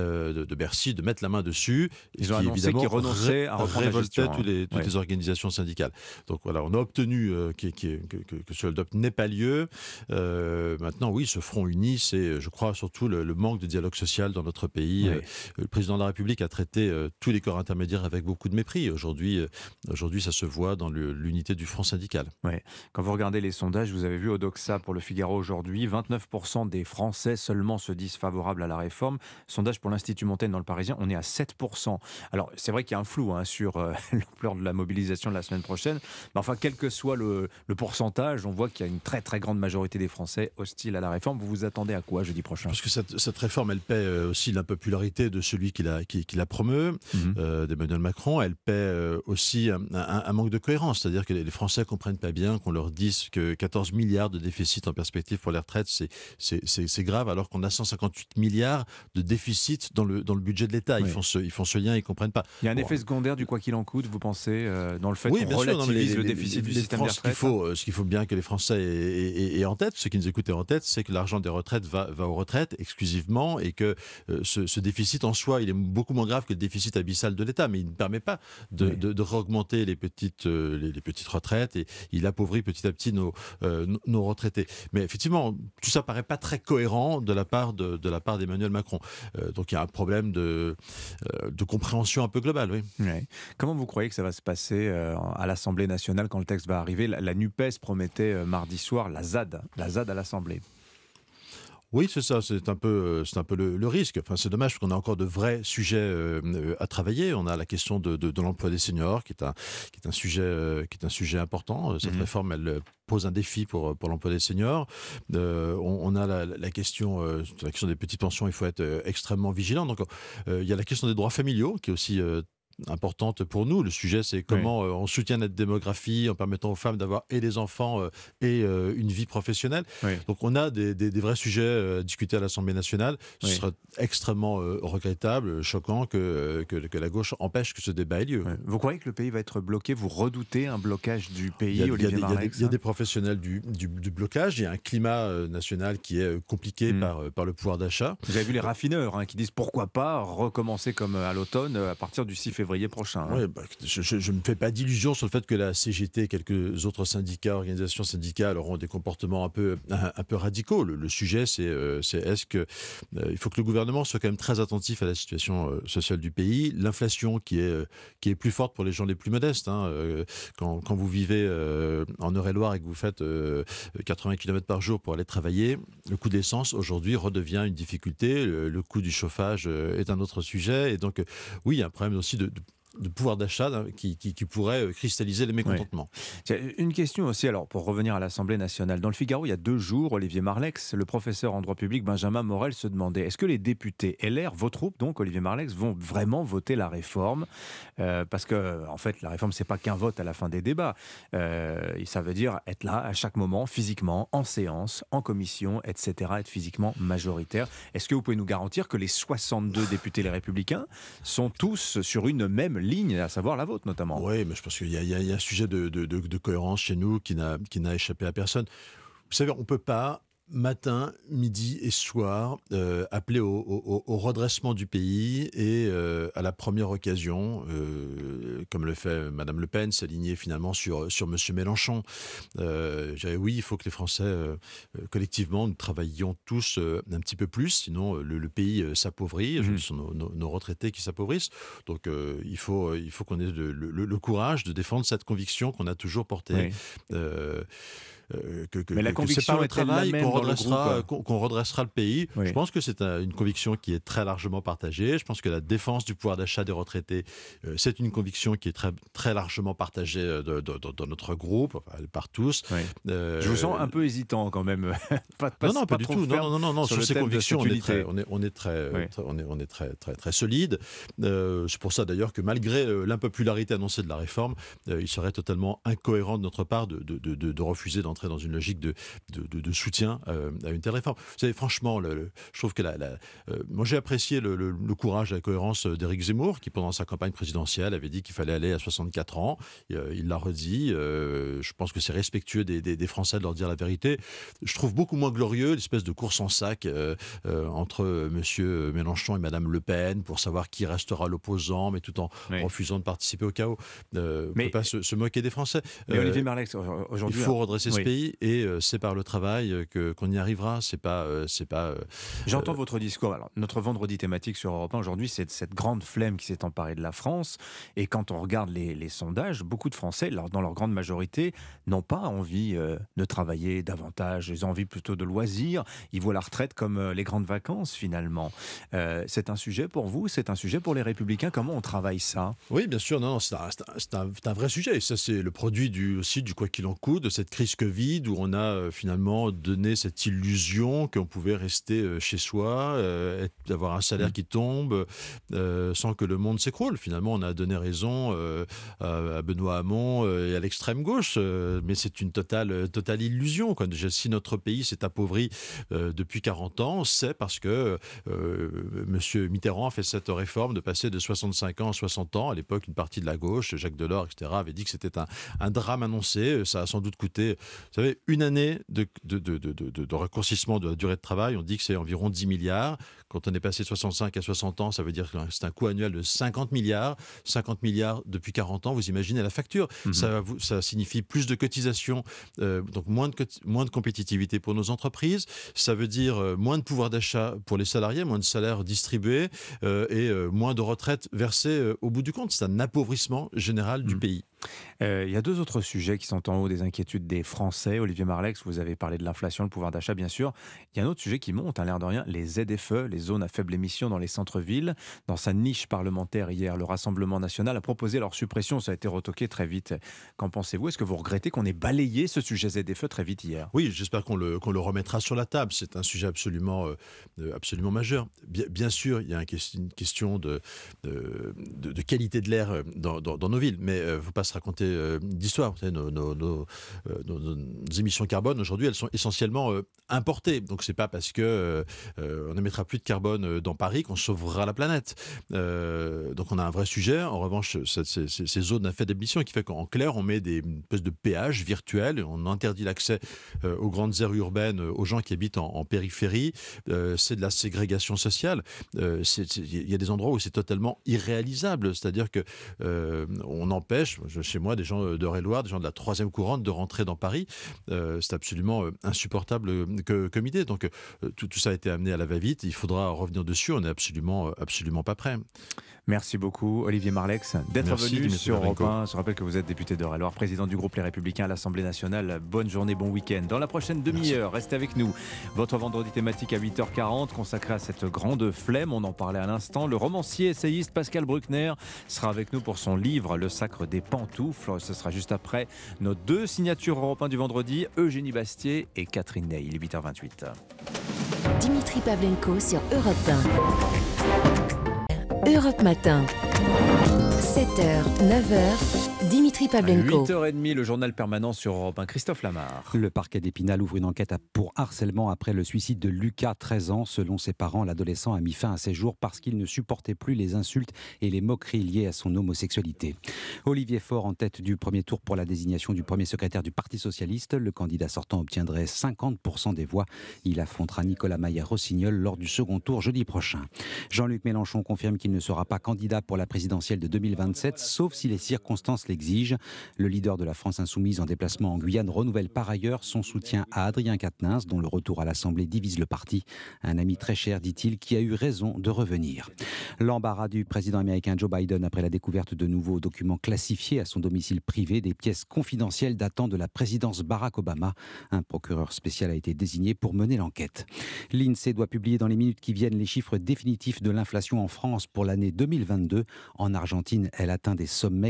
de Bercy de mettre la main dessus. Ils ont annoncé qu'ils renonçaient à reprendre la gestion. Toutes les organisations syndicales. Donc voilà, on a obtenu que ce hold-up n'ait pas lieu. Maintenant, oui, ce front uni, c'est, je crois, surtout le manque de dialogue social dans notre pays. Le président de la République a traité tous les corps intermédiaires avec beaucoup de mépris. Aujourd'hui, ça se voit dans l'unité du front syndical. Ouais. Quand vous regardez les sondages, vous avez vu au Doxa pour le Figaro aujourd'hui, 29% des Français seulement se disent favorables à la réforme. Sondage pour l'Institut Montaigne dans le Parisien, on est à 7%. Alors, c'est vrai qu'il y a un flou sur l'ampleur de la mobilisation de la semaine prochaine. Mais enfin, quel que soit le pourcentage, on voit qu'il y a une très très grande majorité des Français hostiles à la réforme. Vous vous attendez à quoi jeudi prochain ? Parce que cette réforme, elle paie aussi l'impopularité de celui qui la promeut, d'Emmanuel Macron. Elle paie aussi un manque de cohérence. C'est-à-dire que les Français ne comprennent pas bien qu'on leur dise que 14 milliards de déficit en perspective pour les retraites, c'est grave, alors qu'on a 158 milliards de déficit dans le budget de l'État. Ils font ce lien, ils ne comprennent pas. Il y a un effet secondaire du quoi qu'il en coûte, vous pensez, dans le fait qu'on relativise le déficit du système des retraites ? Ce qu'il faut bien que les Français aient en tête, ceux qui nous écoutent aient en tête, c'est que l'argent des retraites va aux retraites exclusivement et que ce déficit en soi, il est beaucoup moins grave que le déficit abyssal de l'État, mais il ne permet pas de réaugmenter les petites retraites et il appauvrit petit à petit nos retraités. Mais effectivement, tout ça paraît pas très cohérent de la part d'Emmanuel Macron. Donc il y a un problème de compréhension un peu globale. Oui. Ouais. Comment vous croyez que ça va se passer à l'Assemblée nationale quand le texte va arriver ? La NUPES promettait mardi soir la ZAD à l'Assemblée. Oui, c'est ça, c'est un peu le risque. Enfin, c'est dommage parce qu'on a encore de vrais sujets à travailler. On a la question de l'emploi des seniors, qui est un sujet important. Cette réforme, elle pose un défi pour l'emploi des seniors. On a la question des petites pensions. Il faut être extrêmement vigilant. Donc, il y a la question des droits familiaux, qui est aussi importante pour nous. Le sujet, c'est comment on soutient notre démographie en permettant aux femmes d'avoir et des enfants et une vie professionnelle. Donc on a des vrais sujets à discuter à l'Assemblée nationale. Ce sera extrêmement regrettable, choquant que la gauche empêche que ce débat ait lieu. Vous croyez que le pays va être bloqué ? Vous redoutez un blocage du pays, Olivier Marleix ? Il y a des professionnels du blocage. Il y a un climat national qui est compliqué par le pouvoir d'achat. Vous avez vu les raffineurs qui disent pourquoi pas recommencer comme à l'automne à partir du 6 février prochain. Oui, je ne me fais pas d'illusions sur le fait que la CGT et quelques autres syndicats, organisations syndicales auront des comportements un peu radicaux. Le sujet, c'est est-ce que il faut que le gouvernement soit quand même très attentif à la situation sociale du pays. L'inflation qui est plus forte pour les gens les plus modestes. Quand vous vivez en Eure-et-Loire et que vous faites 80 km par jour pour aller travailler, le coût de l'essence aujourd'hui redevient une difficulté. Le coût du chauffage est un autre sujet. Et donc, oui, il y a un problème aussi de pouvoir d'achat qui pourrait cristalliser les mécontentements. Une question aussi, alors pour revenir à l'Assemblée nationale. Dans le Figaro, il y a 2 jours, Olivier Marleix, le professeur en droit public Benjamin Morel se demandait est-ce que les députés LR, vos troupes, donc Olivier Marleix, vont vraiment voter la réforme parce que, en fait, la réforme, c'est pas qu'un vote à la fin des débats. Ça veut dire être là à chaque moment, physiquement, en séance, en commission, etc., être physiquement majoritaire. Est-ce que vous pouvez nous garantir que les 62 députés Les Républicains sont tous sur une même ligne, à savoir la vôtre notamment? Oui, mais je pense qu'il y a un sujet de cohérence chez nous qui n'a échappé à personne. Vous savez, on ne peut pas matin, midi et soir, appeler au redressement du pays et à la première occasion, comme le fait Madame Le Pen, s'aligner finalement sur Monsieur Mélenchon. Oui, il faut que les Français, collectivement, nous travaillions tous un petit peu plus, sinon le pays s'appauvrit, ce sont nos retraités qui s'appauvrissent. Donc il faut qu'on ait le courage de défendre cette conviction qu'on a toujours portée. Oui. Mais la conviction c'est par le est-elle travail la même qu'on redressera le pays. Oui. Je pense que c'est une conviction qui est très largement partagée. Je pense que la défense du pouvoir d'achat des retraités, c'est une conviction qui est très, très largement partagée dans notre groupe, par tous. Oui. Je vous sens un peu hésitant quand même. pas du tout. Non. Sur ces convictions, on est très solide. C'est pour ça d'ailleurs que malgré l'impopularité annoncée de la réforme, il serait totalement incohérent de notre part de refuser d'entrer dans une logique de soutien à une telle réforme. Vous savez, franchement, je trouve que moi j'ai apprécié le courage et la cohérence d'Éric Zemmour, qui pendant sa campagne présidentielle avait dit qu'il fallait aller à 64 ans. Il l'a redit. Je pense que c'est respectueux des Français de leur dire la vérité. Je trouve beaucoup moins glorieux l'espèce de course en sac entre Monsieur Mélenchon et Madame Le Pen pour savoir qui restera l'opposant, mais tout en refusant de participer au chaos. On ne peut pas se moquer des Français. Mais Olivier Marleix, aujourd'hui, il faut redresser ce pays et c'est par le travail qu'on y arrivera. C'est pas. J'entends votre discours. Alors, notre vendredi thématique sur Europe 1 aujourd'hui, c'est cette grande flemme qui s'est emparée de la France. Et quand on regarde les sondages, beaucoup de Français, dans leur grande majorité, n'ont pas envie de travailler davantage. Ils ont envie plutôt de loisirs. Ils voient la retraite comme les grandes vacances finalement. C'est un sujet pour vous, c'est un sujet pour les Républicains. Comment on travaille ça ? Oui, bien sûr. Non, c'est un vrai sujet. Et ça, c'est le produit aussi du quoi qu'il en coûte, de cette crise Covid où on a finalement donné cette illusion qu'on pouvait rester chez soi, avoir un salaire qui tombe sans que le monde s'écroule. Finalement, on a donné raison à Benoît Hamon et à l'extrême gauche, mais c'est une totale illusion. Déjà, si notre pays s'est appauvri depuis 40 ans, c'est parce que M. Mitterrand a fait cette réforme de passer de 65 ans à 60 ans. À l'époque, une partie de la gauche, Jacques Delors, etc., avait dit que c'était un drame annoncé. Ça a sans doute coûté, vous savez, une année de raccourcissement de la durée de travail. On dit que c'est environ 10 milliards. Quand on est passé de 65 à 60 ans, ça veut dire que c'est un coût annuel de 50 milliards. 50 milliards depuis 40 ans, vous imaginez la facture. Ça signifie plus de cotisations, donc moins de compétitivité pour nos entreprises. Ça veut dire moins de pouvoir d'achat pour les salariés, moins de salaires distribués et moins de retraites versées au bout du compte. C'est un appauvrissement général du pays. Il y a deux autres sujets qui sont en haut des inquiétudes des Français. Olivier Marleix, vous avez parlé de l'inflation, le pouvoir d'achat, bien sûr. Il y a un autre sujet qui monte, à l'air de rien, les ZFE, les zones à faible émission dans les centres-villes. Dans sa niche parlementaire hier, le Rassemblement national a proposé leur suppression. Ça a été retoqué très vite. Qu'en pensez-vous ? Est-ce que vous regrettez qu'on ait balayé ce sujet ZFE très vite hier ? Oui, j'espère qu'on le remettra sur la table. C'est un sujet absolument majeur. Bien sûr, il y a une question de qualité de l'air dans nos villes, mais il ne faut pas se raconter d'histoire. Vous savez, nos émissions carbone aujourd'hui, elles sont essentiellement importées. Donc c'est pas parce que on n'émettra plus de carbone dans Paris qu'on sauvera la planète. Donc on a un vrai sujet. En revanche, ces zones à faible émission qui fait qu'en clair, on met des espèces de péages virtuels, on interdit l'accès aux grandes aires urbaines aux gens qui habitent en périphérie. C'est de la ségrégation sociale. Il y a des endroits où c'est totalement irréalisable. C'est-à-dire que on empêche, chez moi, des gens d'Eure-et-Loire, des gens de la 3e couronne de rentrer dans Paris. C'est absolument insupportable comme idée. Donc tout ça a été amené à la va-vite. Il faudra revenir dessus. On n'est absolument pas prêt. Merci beaucoup, Olivier Marleix, d'être venu sur Europe 1. Je rappelle que vous êtes député d'Eure-et-Loire, président du groupe Les Républicains à l'Assemblée nationale. Bonne journée, bon week-end. Dans la prochaine demi-heure, restez avec nous. Votre vendredi thématique à 8h40, consacré à cette grande flemme. On en parlait à l'instant. Le romancier essayiste Pascal Bruckner sera avec nous pour son livre Le Sacre des Pantoufles. Ce sera juste après nos deux signatures Europe 1 du vendredi, Eugénie Bastier et Catherine Ney. Il est 8h28. Dimitri Pavlenko sur Europe 1. Europe Matin. 7h, 9h. Dimitri Pavlenko. 8h30, le journal permanent sur Europe 1. Christophe Lamar. Le parquet d'Épinal ouvre une enquête pour harcèlement après le suicide de Lucas, 13 ans. Selon ses parents, l'adolescent a mis fin à ses jours parce qu'il ne supportait plus les insultes et les moqueries liées à son homosexualité. Olivier Faure en tête du premier tour pour la désignation du premier secrétaire du Parti socialiste. Le candidat sortant obtiendrait 50% des voix. Il affrontera Nicolas Maillard-Rossignol lors du second tour jeudi prochain. Jean-Luc Mélenchon confirme qu'il ne sera pas candidat pour la présidentielle de 2027, sauf si les circonstances l'exige. Le leader de la France insoumise en déplacement en Guyane renouvelle par ailleurs son soutien à Adrien Quatennens, dont le retour à l'Assemblée divise le parti. Un ami très cher, dit-il, qui a eu raison de revenir. L'embarras du président américain Joe Biden après la découverte de nouveaux documents classifiés à son domicile privé, des pièces confidentielles datant de la présidence Barack Obama. Un procureur spécial a été désigné pour mener l'enquête. L'INSEE doit publier dans les minutes qui viennent les chiffres définitifs de l'inflation en France pour l'année 2022. En Argentine, elle atteint des sommets,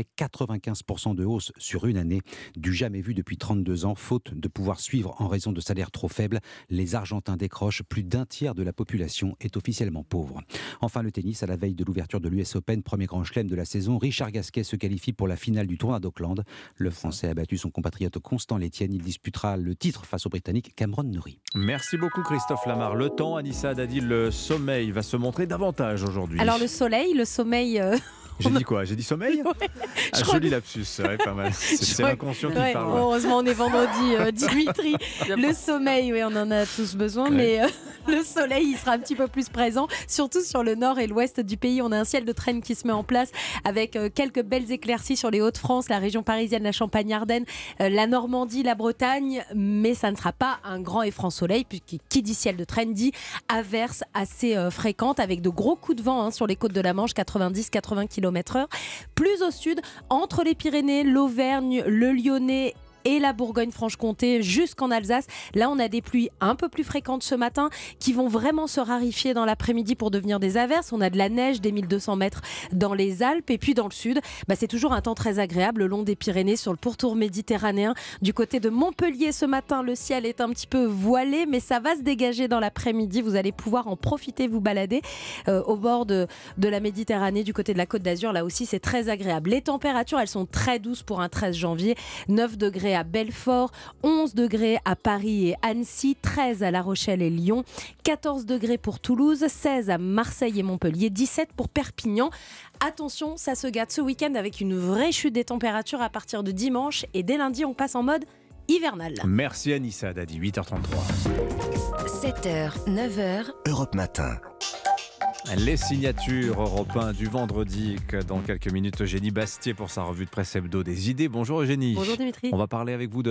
95% de hausse sur une année, du jamais vu depuis 32 ans, faute de pouvoir suivre en raison de salaires trop faibles. Les Argentins décrochent, plus d'un tiers de la population est officiellement pauvre. Enfin, le tennis, à la veille de l'ouverture de l'US Open, premier grand chelem de la saison, Richard Gasquet se qualifie pour la finale du tournoi d'Auckland. Le Français a battu son compatriote Constant Létienne. Il disputera le titre face au Britannique Cameron Norrie. Merci beaucoup Christophe Lamar. Le temps, Anissa Haddadi, le sommeil va se montrer davantage aujourd'hui. Alors le sommeil... J'ai dit quoi? J'ai dit sommeil? Ouais. Joli lapsus, pas mal. C'est l'inconscient qui parle. Heureusement, on est vendredi, Dimitri. Le sommeil, oui, on en a tous besoin, mais le soleil, il sera un petit peu plus présent, surtout sur le nord et l'ouest du pays. On a un ciel de traîne qui se met en place avec quelques belles éclaircies sur les Hauts-de-France, la région parisienne, la Champagne-Ardenne, la Normandie, la Bretagne, mais ça ne sera pas un grand et franc soleil, puisque qui dit ciel de traîne dit averse assez fréquente avec de gros coups de vent sur les côtes de la Manche, 90-80 km/h. Plus au sud, entre les Pyrénées, l'Auvergne, le Lyonnais et la Bourgogne-Franche-Comté jusqu'en Alsace. Là, on a des pluies un peu plus fréquentes ce matin qui vont vraiment se raréfier dans l'après-midi pour devenir des averses. On a de la neige des 1200 mètres dans les Alpes. Et puis dans le sud, c'est toujours un temps très agréable le long des Pyrénées sur le pourtour méditerranéen. Du côté de Montpellier ce matin, le ciel est un petit peu voilé, mais ça va se dégager dans l'après-midi. Vous allez pouvoir en profiter, vous balader au bord de la Méditerranée, du côté de la Côte d'Azur. Là aussi, c'est très agréable. Les températures, elles sont très douces pour un 13 janvier. 9 degrés à Belfort, 11 degrés à Paris et Annecy, 13 à La Rochelle et Lyon, 14 degrés pour Toulouse, 16 à Marseille et Montpellier, 17 pour Perpignan. Attention, ça se gâte ce week-end avec une vraie chute des températures à partir de dimanche et dès lundi, on passe en mode hivernal. Merci Anissa Haddadi, 8h33. 7h, 9h. Europe Matin. Les signatures européennes du vendredi, dans quelques minutes, Eugénie Bastier pour sa revue de presse hebdo des idées. Bonjour Eugénie. Bonjour Dimitri. On va parler avec vous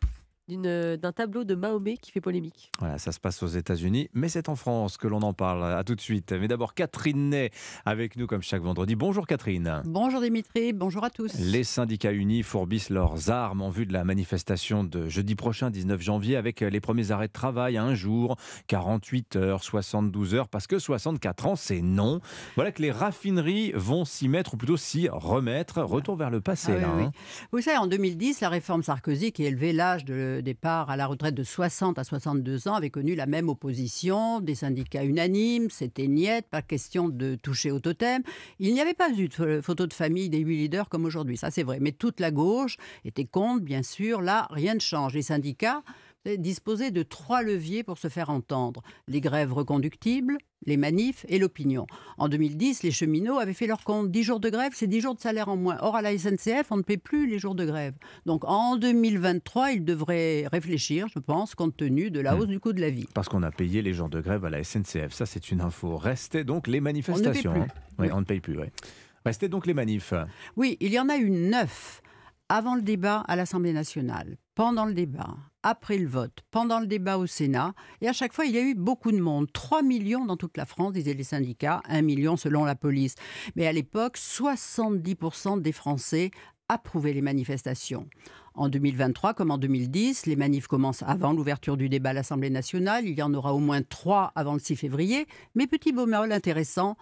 d'un tableau de Mahomet qui fait polémique. Voilà, ça se passe aux États-Unis, mais c'est en France que l'on en parle. À tout de suite. Mais d'abord, Catherine Ney avec nous comme chaque vendredi. Bonjour Catherine. Bonjour Dimitri, bonjour à tous. Les syndicats unis fourbissent leurs armes en vue de la manifestation de jeudi prochain, 19 janvier, avec les premiers arrêts de travail à un jour, 48 heures, 72 heures, parce que 64 ans, c'est non. Voilà que les raffineries vont s'y mettre, ou plutôt s'y remettre. Retour vers le passé. Oui. Vous savez, en 2010, la réforme Sarkozy qui élevait l'âge de départ à la retraite de 60 à 62 ans avait connu la même opposition, des syndicats unanimes, c'était niet, pas question de toucher au totem. Il n'y avait pas eu de photo de famille des 8 leaders comme aujourd'hui, ça c'est vrai. Mais toute la gauche était contre, bien sûr. Là, rien ne change. Les syndicats disposaient de 3 leviers pour se faire entendre. Les grèves reconductibles, les manifs et l'opinion. En 2010, les cheminots avaient fait leur compte. 10 jours de grève, c'est 10 jours de salaire en moins. Or, à la SNCF, on ne paie plus les jours de grève. Donc, en 2023, ils devraient réfléchir, je pense, compte tenu de la hausse du coût de la vie. Parce qu'on a payé les jours de grève à la SNCF. Ça, c'est une info. Restaient donc les manifestations. On ne paye plus. Oui, on ne paye plus. Restaient donc les manifs. Oui, il y en a eu 9 avant le débat à l'Assemblée nationale, pendant le débat, après le vote, pendant le débat au Sénat. Et à chaque fois, il y a eu beaucoup de monde. 3 millions dans toute la France, disaient les syndicats, 1 million selon la police. Mais à l'époque, 70% des Français approuvaient les manifestations. En 2023, comme en 2010, les manifs commencent avant l'ouverture du débat à l'Assemblée nationale. Il y en aura au moins 3 avant le 6 février. Mais petit bémol intéressant,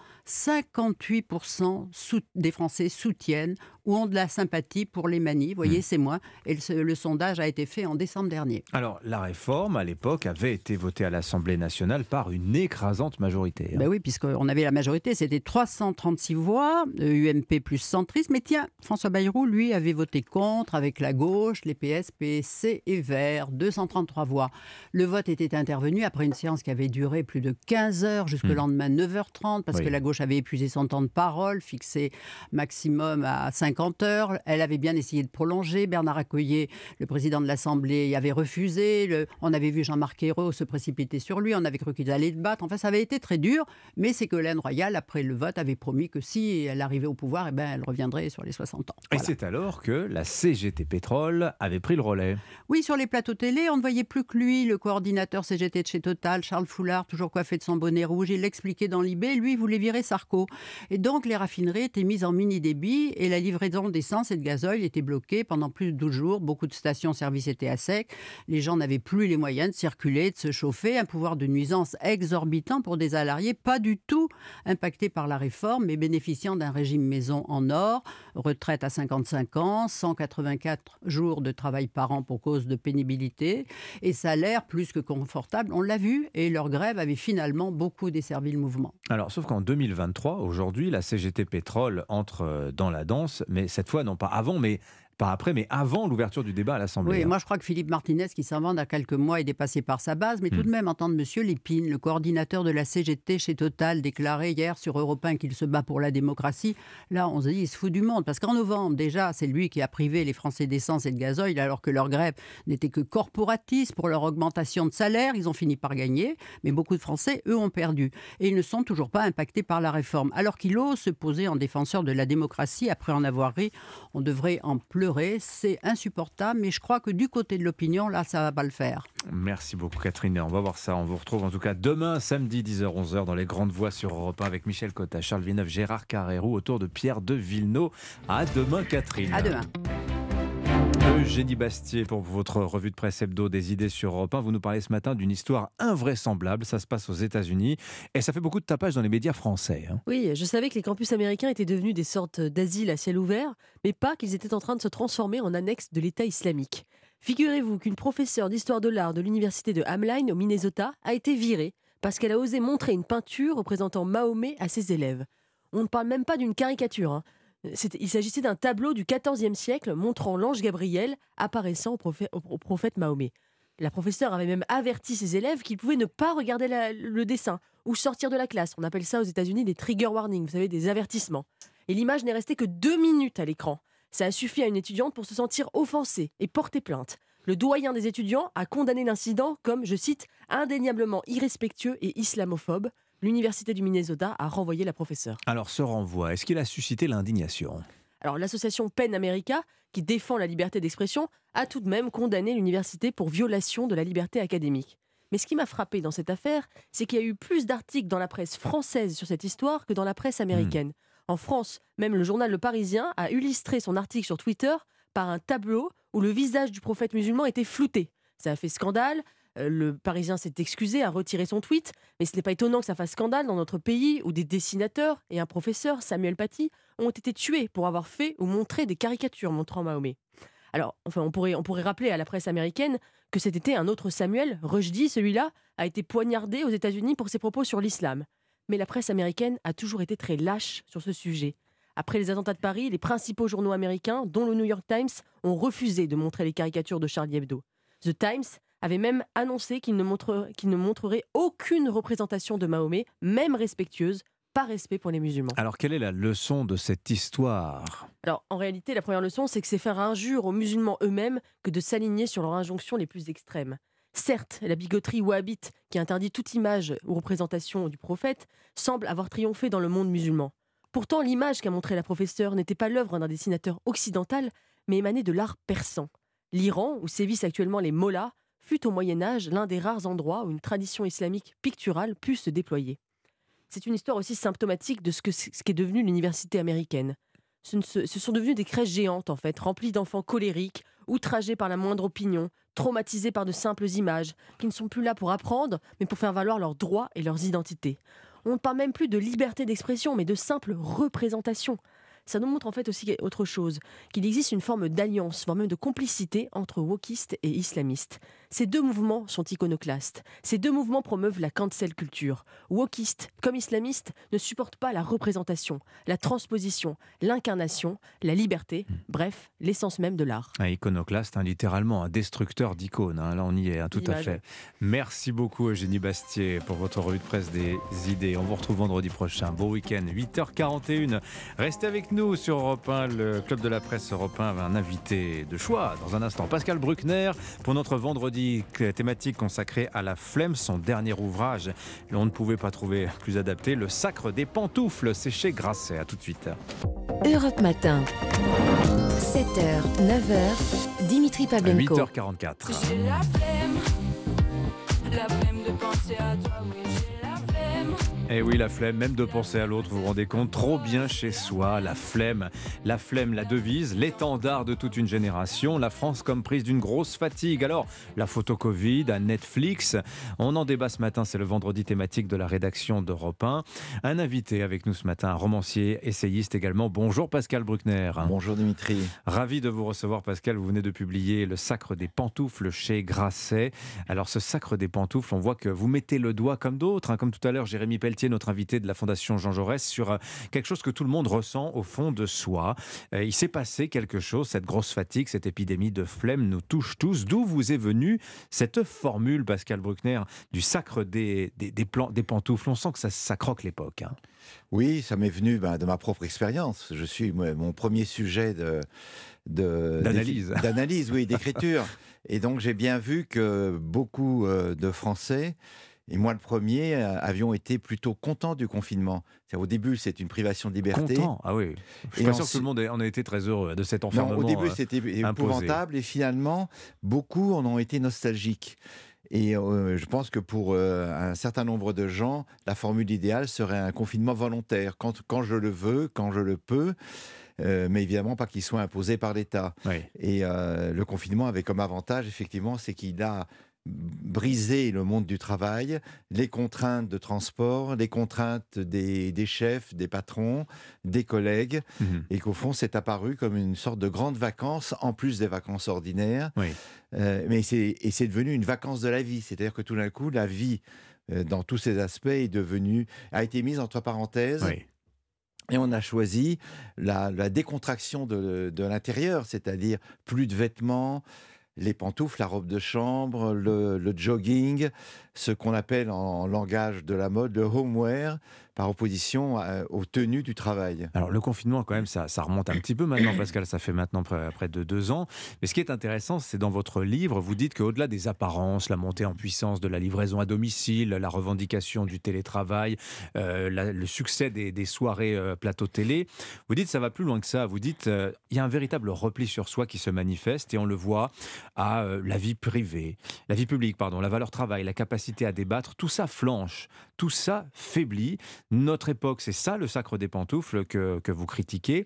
58% des Français soutiennent ou ont de la sympathie pour les manifs. Vous voyez, c'est moins. Et le sondage a été fait en décembre dernier. Alors, la réforme, à l'époque, avait été votée à l'Assemblée nationale par une écrasante majorité. Ben oui, puisqu'on avait la majorité, c'était 336 voix, UMP plus centriste. Mais tiens, François Bayrou, lui, avait voté contre avec la gauche, les PS, PSC et Verts, 233 voix. Le vote était intervenu après une séance qui avait duré plus de 15 heures jusqu'au lendemain 9h30, parce que la gauche avait épuisé son temps de parole, fixé maximum à 50 heures. Elle avait bien essayé de prolonger. Bernard Accoyer, le président de l'Assemblée, y avait refusé. On avait vu Jean-Marc Ayrault se précipiter sur lui. On avait cru qu'ils allaient le battre. Enfin, ça avait été très dur. Mais Ségolène Royal, après le vote, avait promis que si elle arrivait au pouvoir, elle reviendrait sur les 60 ans. Voilà. Et c'est alors que la CGT Pétrole avait pris le relais. Oui, sur les plateaux télé, on ne voyait plus que lui, le coordinateur CGT de chez Total, Charles Foulard, toujours coiffé de son bonnet rouge. Il l'expliquait dans l'IB, lui, il voulait virer Sarko. Et donc, les raffineries étaient mises en mini-débit et la livraison d'essence et de gasoil était bloquée pendant plus de 12 jours. Beaucoup de stations-service étaient à sec. Les gens n'avaient plus les moyens de circuler, de se chauffer. Un pouvoir de nuisance exorbitant pour des salariés pas du tout impactés par la réforme, mais bénéficiant d'un régime maison en or, retraite à 55 ans, 184 jours de travail par an pour cause de pénibilité et salaire plus que confortable. On l'a vu et leur grève avait finalement beaucoup desservi le mouvement. Alors, sauf qu'en 2023, aujourd'hui, la CGT Pétrole entre dans la danse, mais cette fois, non pas avant, mais pas après, mais avant l'ouverture du débat à l'Assemblée. Oui, moi je crois que Philippe Martinez, qui s'invente à quelques mois, est dépassé par sa base, mais tout de même entendre M. Lépine, le coordinateur de la CGT chez Total, déclarer hier sur Europe 1 qu'il se bat pour la démocratie, là on se dit il se fout du monde, parce qu'en novembre déjà, c'est lui qui a privé les Français d'essence et de gasoil, alors que leur grève n'était que corporatiste pour leur augmentation de salaire, ils ont fini par gagner, mais beaucoup de Français, eux, ont perdu. Et ils ne sont toujours pas impactés par la réforme, alors qu'il ose se poser en défenseur de la démocratie, après en avoir ri, on devrait en pleurer. C'est insupportable, mais je crois que du côté de l'opinion, là, ça ne va pas le faire. Merci beaucoup Catherine, on va voir ça. On vous retrouve en tout cas demain, samedi 10h-11h dans les Grandes Voix sur Europe 1 avec Michel Cotta, Charles Villeneuve, Gérard Carrérou autour de Pierre de Villeneuve. À demain Catherine. À demain. Eugénie Bastier pour votre revue de presse hebdo des idées sur Europe 1. Vous nous parlez ce matin d'une histoire invraisemblable. Ça se passe aux États-Unis et ça fait beaucoup de tapage dans les médias français. Oui, je savais que les campus américains étaient devenus des sortes d'asiles à ciel ouvert, mais pas qu'ils étaient en train de se transformer en annexe de l'État islamique. Figurez-vous qu'une professeure d'histoire de l'art de l'université de Hamline au Minnesota a été virée parce qu'elle a osé montrer une peinture représentant Mahomet à ses élèves. On ne parle même pas d'une caricature. Il s'agissait d'un tableau du XIVe siècle montrant l'ange Gabriel apparaissant au prophète Mahomet. La professeure avait même averti ses élèves qu'ils pouvaient ne pas regarder le dessin ou sortir de la classe. On appelle ça aux États-Unis des trigger warnings, vous savez, des avertissements. Et l'image n'est restée que 2 minutes à l'écran. Ça a suffi à une étudiante pour se sentir offensée et porter plainte. Le doyen des étudiants a condamné l'incident comme, je cite, indéniablement irrespectueux et islamophobe. L'université du Minnesota a renvoyé la professeure. Alors ce renvoi, est-ce qu'il a suscité l'indignation ? Alors l'association PEN America, qui défend la liberté d'expression, a tout de même condamné l'université pour violation de la liberté académique. Mais ce qui m'a frappé dans cette affaire, c'est qu'il y a eu plus d'articles dans la presse française sur cette histoire que dans la presse américaine. En France, même le journal Le Parisien a illustré son article sur Twitter par un tableau où le visage du prophète musulman était flouté. Ça a fait scandale. Le Parisien s'est excusé, a retiré son tweet, mais ce n'est pas étonnant que ça fasse scandale dans notre pays où des dessinateurs et un professeur, Samuel Paty, ont été tués pour avoir fait ou montré des caricatures montrant Mahomet. Alors, enfin, on pourrait rappeler à la presse américaine que cet été, un autre Samuel, Rushdie, celui-là, a été poignardé aux États-Unis pour ses propos sur l'islam. Mais la presse américaine a toujours été très lâche sur ce sujet. Après les attentats de Paris, les principaux journaux américains, dont le New York Times, ont refusé de montrer les caricatures de Charlie Hebdo. The Times avait même annoncé qu'il ne montrerait aucune représentation de Mahomet, même respectueuse, par respect pour les musulmans. Alors, quelle est la leçon de cette histoire ? Alors, en réalité, la première leçon, c'est que c'est faire injure aux musulmans eux-mêmes que de s'aligner sur leurs injonctions les plus extrêmes. Certes, la bigoterie wahhabite, qui interdit toute image ou représentation du prophète, semble avoir triomphé dans le monde musulman. Pourtant, l'image qu'a montrée la professeure n'était pas l'œuvre d'un dessinateur occidental, mais émanait de l'art persan. L'Iran, où sévissent actuellement les mollahs, fut au Moyen-Âge l'un des rares endroits où une tradition islamique picturale put se déployer. C'est une histoire aussi symptomatique de ce qu'est devenue l'université américaine. ce sont devenus des crèches géantes, en fait, remplies d'enfants colériques, outragés par la moindre opinion, traumatisés par de simples images, qui ne sont plus là pour apprendre, mais pour faire valoir leurs droits et leurs identités. On ne parle même plus de liberté d'expression, mais de simple représentation. Ça nous montre en fait aussi autre chose, qu'il existe une forme d'alliance, voire même de complicité entre wokistes et islamistes. Ces deux mouvements sont iconoclastes. Ces deux mouvements promeuvent la cancel culture. Wokistes comme islamistes ne supportent pas la représentation, la transposition, l'incarnation, la liberté, bref, l'essence même de l'art. Un iconoclaste, littéralement un destructeur d'icônes. Là, on y est, tout à fait. Merci beaucoup, Eugénie Bastier, pour votre revue de presse des idées. On vous retrouve vendredi prochain. Bon week-end, 8h41. Restez avec nous sur Europe 1. Le Club de la Presse Europe 1 a un invité de choix. Dans un instant, Pascal Bruckner, pour notre vendredi thématique consacrée à la flemme, son dernier ouvrage. On ne pouvait pas trouver plus adapté. Le Sacre des pantoufles, c'est chez Grasset. À tout de suite. Europe Matin, 7h, 9h, Dimitri Pavlenko. 8h44. J'ai la flemme de penser à toi, oui, j'ai la flemme. Eh oui, la flemme, même de penser à l'autre, vous vous rendez compte, trop bien chez soi, la flemme, la devise, l'étendard de toute une génération, la France comme prise d'une grosse fatigue. Alors, la photo Covid, à Netflix, on en débat ce matin, c'est le vendredi thématique de la rédaction d'Europe 1. Un invité avec nous ce matin, un romancier, essayiste également. Bonjour Pascal Bruckner. Bonjour Dimitri. Ravi de vous recevoir Pascal, vous venez de publier Le Sacre des pantoufles chez Grasset. Alors ce Sacre des pantoufles, on voit que vous mettez le doigt comme d'autres, comme tout à l'heure Jérémy Pelletier, notre invité de la Fondation Jean Jaurès, sur quelque chose que tout le monde ressent au fond de soi. Il s'est passé quelque chose, cette grosse fatigue, cette épidémie de flemme nous touche tous. D'où vous est venue cette formule, Pascal Bruckner, du sacre des pantoufles? On sent que ça croque l'époque. Oui, ça m'est venu de ma propre expérience. Je suis mon premier sujet d'analyse, oui, d'écriture. Et donc j'ai bien vu que beaucoup de Français, et moi le premier, avions été plutôt contents du confinement. Au début, c'est une privation de liberté. Content, ah oui. Je suis pas sûr que tout le monde en a été très heureux de cet enfermement. Non, au début, c'était épouvantable. Et finalement, beaucoup en ont été nostalgiques. Et je pense que pour un certain nombre de gens, la formule idéale serait un confinement volontaire, quand je le veux, quand je le peux, mais évidemment pas qu'il soit imposé par l'État. Oui. Et le confinement avait comme avantage, effectivement, c'est qu'il a brisé le monde du travail, les contraintes de transport, les contraintes des chefs, des patrons, des collègues, et qu'au fond, c'est apparu comme une sorte de grande vacances, en plus des vacances ordinaires. Oui. Mais c'est devenu une vacance de la vie, c'est-à-dire que tout d'un coup, la vie, dans tous ses aspects, a été mise entre parenthèses. Oui. Et on a choisi la décontraction de l'intérieur, c'est-à-dire plus de vêtements, les pantoufles, la robe de chambre, le jogging, ce qu'on appelle en langage de la mode le homeware, par opposition aux tenues du travail. Alors le confinement, quand même, ça remonte un petit peu maintenant, Pascal, ça fait maintenant près de 2 ans. Mais ce qui est intéressant, c'est dans votre livre, vous dites qu'au-delà des apparences, la montée en puissance de la livraison à domicile, la revendication du télétravail, le succès des soirées plateau télé, vous dites ça va plus loin que ça. Vous dites il y a un véritable repli sur soi qui se manifeste et on le voit à la vie privée, la vie publique, la valeur travail, la capacité à débattre, tout ça flanche, tout ça faiblit. Notre époque, c'est ça le sacre des pantoufles que vous critiquez.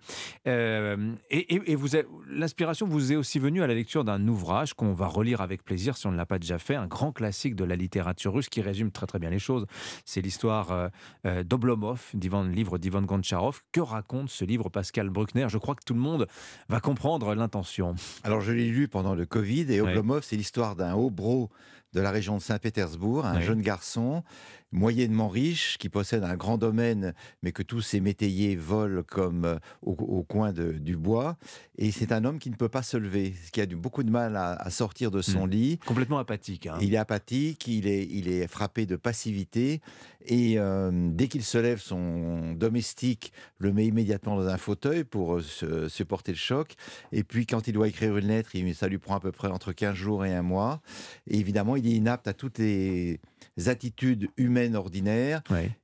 Et l'inspiration vous est aussi venue à la lecture d'un ouvrage qu'on va relire avec plaisir si on ne l'a pas déjà fait, un grand classique de la littérature russe qui résume très très bien les choses. C'est l'histoire d'Oblomov, livre d'Ivan Goncharov. Que raconte ce livre, Pascal Bruckner? Je crois que tout le monde va comprendre l'intention. Alors je l'ai lu pendant le Covid et Oblomov, c'est l'histoire d'un hobro de la région de Saint-Pétersbourg, un jeune garçon moyennement riche qui possède un grand domaine, mais que tous ses métayers volent comme au coin du bois. Et c'est un homme qui ne peut pas se lever, qui a beaucoup de mal à sortir de son lit. Complètement apathique. Il est apathique, il est frappé de passivité. Et dès qu'il se lève, son domestique le met immédiatement dans un fauteuil pour supporter le choc. Et puis quand il doit écrire une lettre, ça lui prend à peu près entre 15 jours et 1 mois. Et évidemment, il est inapte à toutes les attitudes humaines ordinaires.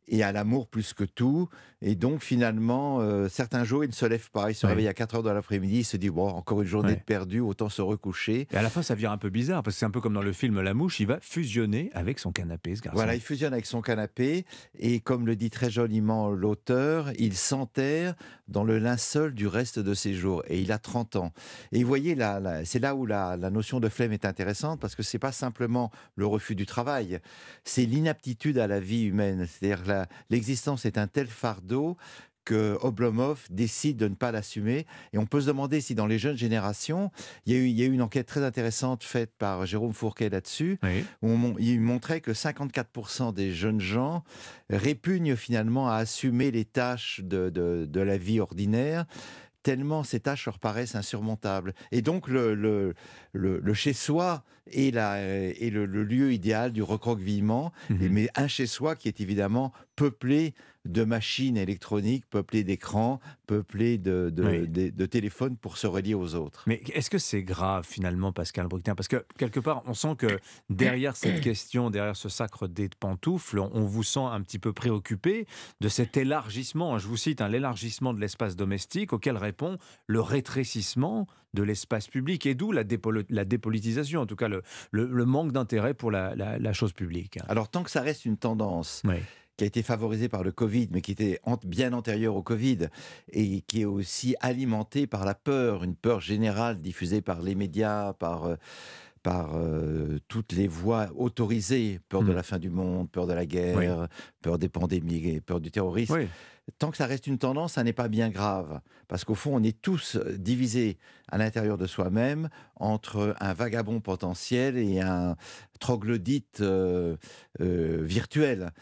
et à l'amour plus que tout. Et donc, finalement, certains jours, il ne se lève pas. Il se réveille à 4 heures de l'après-midi. Il se dit, bon, encore une journée de perdue, autant se recoucher. Et à la fin, ça vient un peu bizarre, parce que c'est un peu comme dans le film La Mouche, il va fusionner avec son canapé, ce garçon. Voilà, il fusionne avec son canapé. Et comme le dit très joliment l'auteur, il s'enterre dans le linceul du reste de ses jours. Et il a 30 ans. Et vous voyez, c'est là où la notion de flemme est intéressante, parce que ce n'est pas simplement le refus du travail, c'est l'inaptitude à la vie humaine. C'est-à-dire que l'existence est un tel fardeau que Oblomov décide de ne pas l'assumer. Et on peut se demander si dans les jeunes générations, il y a eu une enquête très intéressante faite par Jérôme Fourquet là-dessus, où il montrait que 54% des jeunes gens répugnent finalement à assumer les tâches de la vie ordinaire, tellement ces tâches leur paraissent insurmontables. Et donc, le chez-soi est le lieu idéal du recroquevillement, mais un chez-soi qui est évidemment peuplé de machines électroniques, peuplé d'écrans, peuplé de téléphones pour se relier aux autres. Mais est-ce que c'est grave finalement, Pascal Bruckner? Parce que quelque part, on sent que derrière cette question, derrière ce sacre des pantoufles, on vous sent un petit peu préoccupé de cet élargissement, je vous cite, l'élargissement de l'espace domestique auquel répond le rétrécissement de l'espace public, et d'où la dépolitisation, en tout cas le manque d'intérêt pour la chose publique. Alors tant que ça reste une tendance qui a été favorisée par le Covid, mais qui était bien antérieure au Covid, et qui est aussi alimentée par la peur, une peur générale diffusée par les médias, par toutes les voix autorisées, peur de la fin du monde, peur de la guerre, peur des pandémies, peur du terrorisme. Tant que ça reste une tendance, ça n'est pas bien grave. Parce qu'au fond, on est tous divisés à l'intérieur de soi-même entre un vagabond potentiel et un troglodyte virtuel.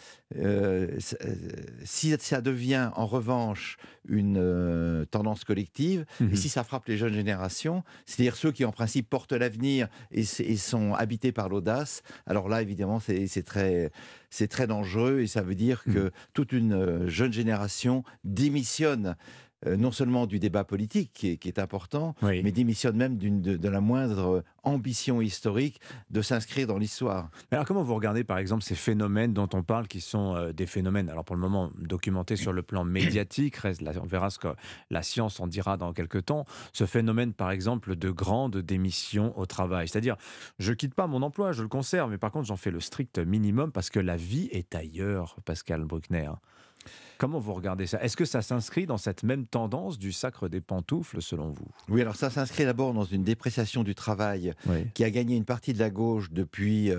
Si ça devient en revanche une tendance collective, et si ça frappe les jeunes générations, c'est-à-dire ceux qui en principe portent l'avenir et sont habités par l'audace, alors là évidemment c'est très dangereux, et ça veut dire que toute une jeune génération démissionne non seulement du débat politique qui est important, mais démissionne même de la moindre ambition historique de s'inscrire dans l'histoire. Alors comment vous regardez par exemple ces phénomènes dont on parle, qui sont des phénomènes, alors pour le moment documentés sur le plan médiatique, on verra ce que la science en dira dans quelques temps, ce phénomène par exemple de grande démission au travail, c'est-à-dire je quitte pas mon emploi, je le conserve, mais par contre j'en fais le strict minimum parce que la vie est ailleurs, Pascal Bruckner. Comment vous regardez ça? Est-ce que ça s'inscrit dans cette même tendance du sacre des pantoufles, selon vous? Oui, alors ça s'inscrit d'abord dans une dépréciation du travail qui a gagné une partie de la gauche depuis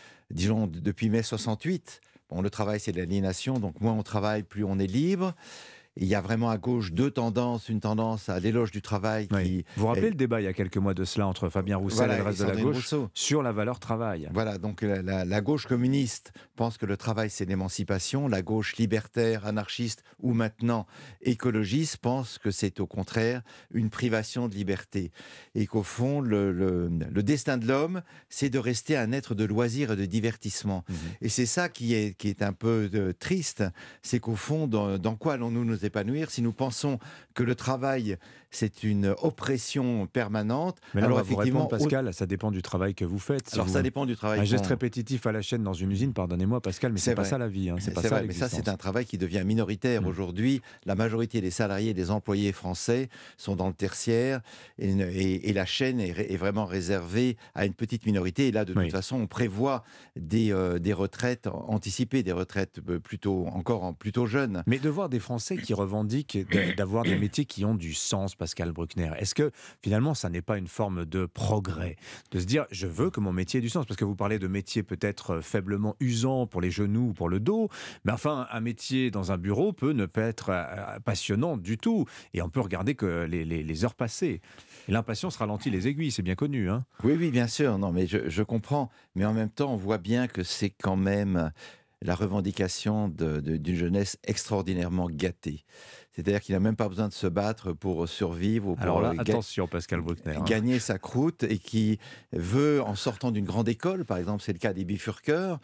mai 68. Bon, le travail, c'est de l'aliénation, donc moins on travaille, plus on est libre. Il y a vraiment à gauche deux tendances, une tendance à l'éloge du travail. Qui vous vous rappelez le débat il y a quelques mois de cela entre Fabien Roussel et le reste de la gauche sur la valeur travail. Voilà, donc la gauche communiste pense que le travail c'est l'émancipation, la gauche libertaire, anarchiste ou maintenant écologiste pense que c'est au contraire une privation de liberté. Et qu'au fond, le destin de l'homme, c'est de rester un être de loisir et de divertissement. Et c'est ça qui est un peu triste, c'est qu'au fond, dans quoi allons-nous nous épanouir si nous pensons que le travail c'est une oppression permanente? Mais là, alors effectivement, vous répondre, Pascal, ça dépend du travail que vous faites. Alors ça dépend du travail. Un geste répétitif à la chaîne dans une usine, pardonnez-moi Pascal, mais c'est pas ça la vie. C'est pas ça, mais ça c'est un travail qui devient minoritaire aujourd'hui. La majorité des salariés, des employés français sont dans le tertiaire et la chaîne est vraiment réservée à une petite minorité. Et là, de toute façon, on prévoit des retraites anticipées, des retraites plutôt jeunes. Mais de voir des Français qui revendiquent d'avoir des métiers qui ont du sens, Pascal Bruckner, est-ce que finalement ça n'est pas une forme de progrès de se dire je veux que mon métier ait du sens? Parce que vous parlez de métiers peut-être faiblement usants pour les genoux ou pour le dos, mais enfin un métier dans un bureau peut ne pas être passionnant du tout, et on peut regarder que les heures passées. Et l'impatience ralentit les aiguilles, c'est bien connu. Hein. Oui, bien sûr, non, mais je comprends, mais en même temps on voit bien que c'est quand même la revendication d'une jeunesse extraordinairement gâtée. C'est-à-dire qu'il n'a même pas besoin de se battre pour survivre ou pour alors là, attention, Pascal Bruckner, gagner sa croûte, et qui veut, en sortant d'une grande école, par exemple c'est le cas des bifurqueurs,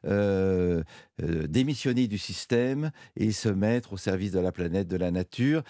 démissionner du système et se mettre au service de la planète, de la nature.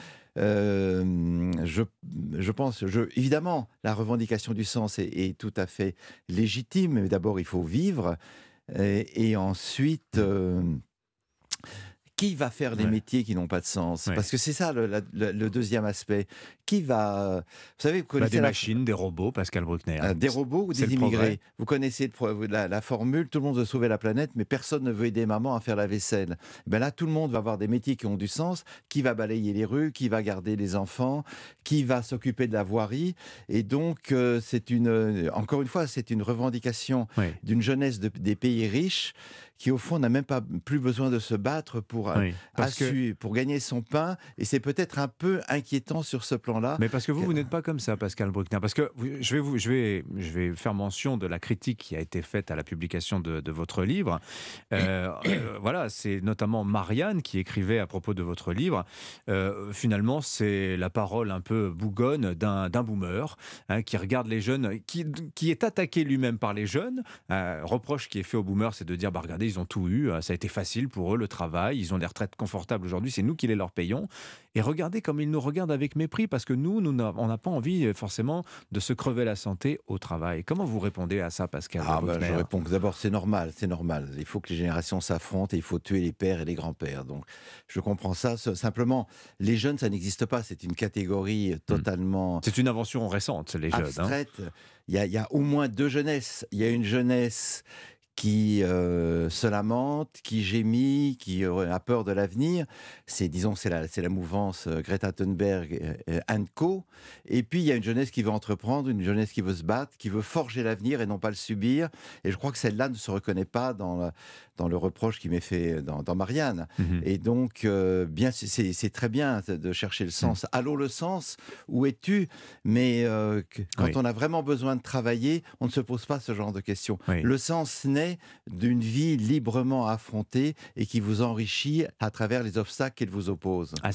Je pense, évidemment, la revendication du sens est tout à fait légitime, mais d'abord il faut vivre, et ensuite Qui va faire les métiers qui n'ont pas de sens? Parce que c'est ça le deuxième aspect. Qui va... Vous savez, vous connaissez des machines, des robots, Pascal Bruckner. Des robots ou des immigrés. Vous connaissez la formule, tout le monde veut sauver la planète, mais personne ne veut aider maman à faire la vaisselle. Ben là, tout le monde va avoir des métiers qui ont du sens. Qui va balayer les rues? Qui va garder les enfants? Qui va s'occuper de la voirie? Et donc, encore une fois, c'est une revendication d'une jeunesse des pays riches qui, au fond, n'a même pas plus besoin de se battre pour gagner son pain. Et c'est peut-être un peu inquiétant sur ce plan-là. Mais parce que vous n'êtes pas comme ça, Pascal Bruckner. Parce que je vais faire mention de la critique qui a été faite à la publication de votre livre. Voilà, c'est notamment Marianne qui écrivait à propos de votre livre. Finalement, c'est la parole un peu bougonne d'un boomer qui regarde les jeunes, qui est attaqué lui-même par les jeunes. Reproche qui est fait aux boomers, c'est de dire, regardez, ils ont tout eu, ça a été facile pour eux, le travail, ils ont des retraites confortables aujourd'hui, c'est nous qui les leur payons. Et regardez comme ils nous regardent avec mépris, parce que nous on n'a pas envie forcément de se crever la santé au travail. Comment vous répondez à ça, Pascal? Je réponds que d'abord, c'est normal. Il faut que les générations s'affrontent et il faut tuer les pères et les grands-pères. Donc, je comprends ça. Simplement, les jeunes, ça n'existe pas. C'est une catégorie totalement... C'est une invention récente, les jeunes. Abstraite. Il y a au moins deux jeunesses. Il y a une jeunesse qui se lamente, qui gémit, qui a peur de l'avenir. C'est la mouvance Greta Thunberg & Co. Et puis, il y a une jeunesse qui veut entreprendre, une jeunesse qui veut se battre, qui veut forger l'avenir et non pas le subir. Et je crois que celle-là ne se reconnaît pas dans le reproche qui m'est fait dans Marianne. Et donc, c'est très bien de chercher le sens. Allô, le sens, où es-tu? Mais quand on a vraiment besoin de travailler, on ne se pose pas ce genre de questions. Le sens naît d'une vie librement affrontée et qui vous enrichit à travers les obstacles qu'elle vous oppose. À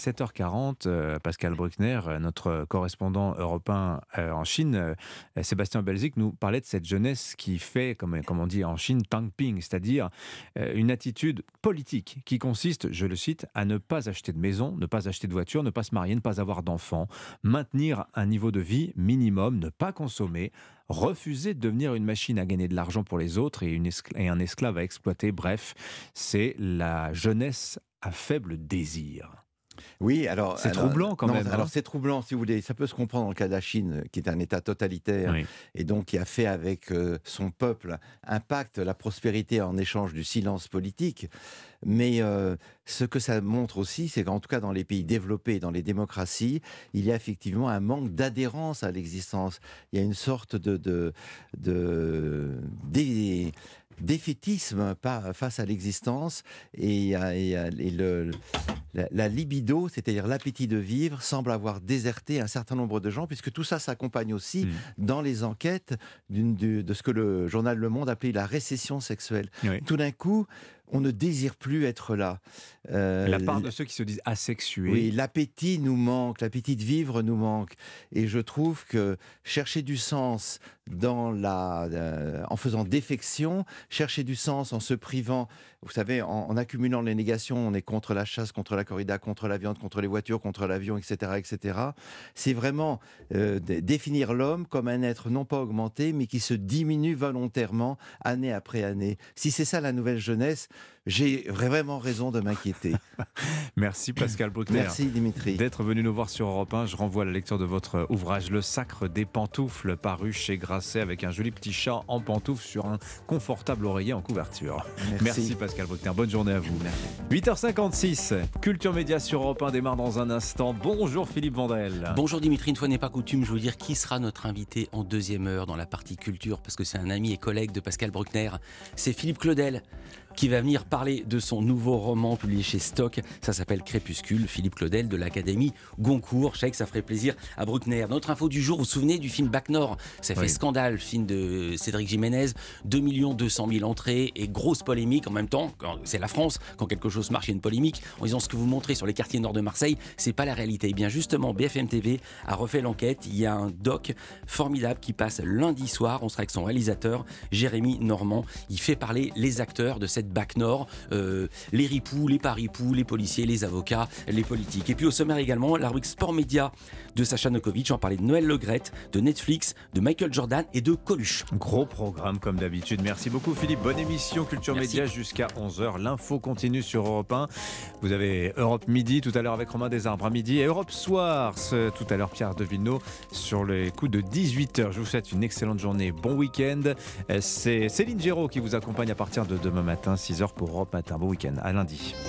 7h40, Pascal Bruckner, notre correspondant européen en Chine, Sébastien Belzic, nous parlait de cette jeunesse qui fait, comme on dit en Chine, tangping, c'est-à-dire une attitude politique qui consiste, je le cite, à ne pas acheter de maison, ne pas acheter de voiture, ne pas se marier, ne pas avoir d'enfants, maintenir un niveau de vie minimum, ne pas consommer, refuser de devenir une machine à gagner de l'argent pour les autres et un esclave à exploiter. Bref, c'est la jeunesse à faible désir. Oui, alors... C'est troublant quand même. Alors c'est troublant, si vous voulez. Ça peut se comprendre dans le cas de la Chine, qui est un État totalitaire, et donc qui a fait avec son peuple un pacte, la prospérité en échange du silence politique. Mais ce que ça montre aussi, c'est qu'en tout cas dans les pays développés, dans les démocraties, il y a effectivement un manque d'adhérence à l'existence. Il y a une sorte de défaitisme face à l'existence et la libido, c'est-à-dire l'appétit de vivre, semble avoir déserté un certain nombre de gens, puisque tout ça s'accompagne aussi dans les enquêtes de ce que le journal Le Monde appelait la récession sexuelle. Tout d'un coup, on ne désire plus être là. La part de ceux qui se disent asexués. Oui, l'appétit nous manque, l'appétit de vivre nous manque. Et je trouve que chercher du sens en faisant défection, chercher du sens en se privant, vous savez, en accumulant les négations, on est contre la chasse, contre la corrida, contre la viande, contre les voitures, contre l'avion, etc., etc. C'est vraiment définir l'homme comme un être non pas augmenté, mais qui se diminue volontairement année après année. Si c'est ça la nouvelle jeunesse, j'ai vraiment raison de m'inquiéter. Merci Pascal Bruckner. Merci Dimitri. D'être venu nous voir sur Europe 1. Je renvoie à la lecture de votre ouvrage Le Sacre des pantoufles, paru chez Grasset, avec un joli petit chat en pantoufles sur un confortable oreiller en couverture. Merci Pascal Bruckner. Bonne journée à vous. Merci. 8h56, Culture Média sur Europe 1 démarre dans un instant. Bonjour Philippe Vandel. Bonjour Dimitri, une fois n'est pas coutume, je veux dire qui sera notre invité en deuxième heure dans la partie culture, parce que c'est un ami et collègue de Pascal Bruckner. C'est Philippe Claudel qui va venir parler de son nouveau roman publié chez Stock. Ça s'appelle Crépuscule. Philippe Claudel de l'Académie Goncourt. Je sais que ça ferait plaisir à Bruckner. Notre info du jour, vous vous souvenez du film Bac Nord? Ça fait scandale, film de Cédric Jiménez. 2 200 000 entrées et grosse polémique en même temps. C'est la France, quand quelque chose marche, il y a une polémique. En disant ce que vous montrez sur les quartiers nord de Marseille, c'est pas la réalité. Et bien justement, BFM TV a refait l'enquête. Il y a un doc formidable qui passe lundi soir. On sera avec son réalisateur, Jérémy Normand. Il fait parler les acteurs de cette cette BAC Nord, les ripoux, les pas-ripoux, les policiers, les avocats, les politiques. Et puis au sommaire également, la rubrique Sport Média de Sacha Nokovic. On parlait de Noël Le Graët, de Netflix, de Michael Jordan et de Coluche. Gros programme comme d'habitude. Merci beaucoup Philippe. Bonne émission Culture Merci. Média jusqu'à 11h. L'info continue sur Europe 1. Vous avez Europe Midi tout à l'heure avec Romain Desarbres à midi et Europe Soir tout à l'heure Pierre de Villeneuve sur les coups de 18h. Je vous souhaite une excellente journée. Bon week-end. C'est Céline Géraud qui vous accompagne à partir de demain matin 6h pour Europe Matin. Bon week-end. À lundi.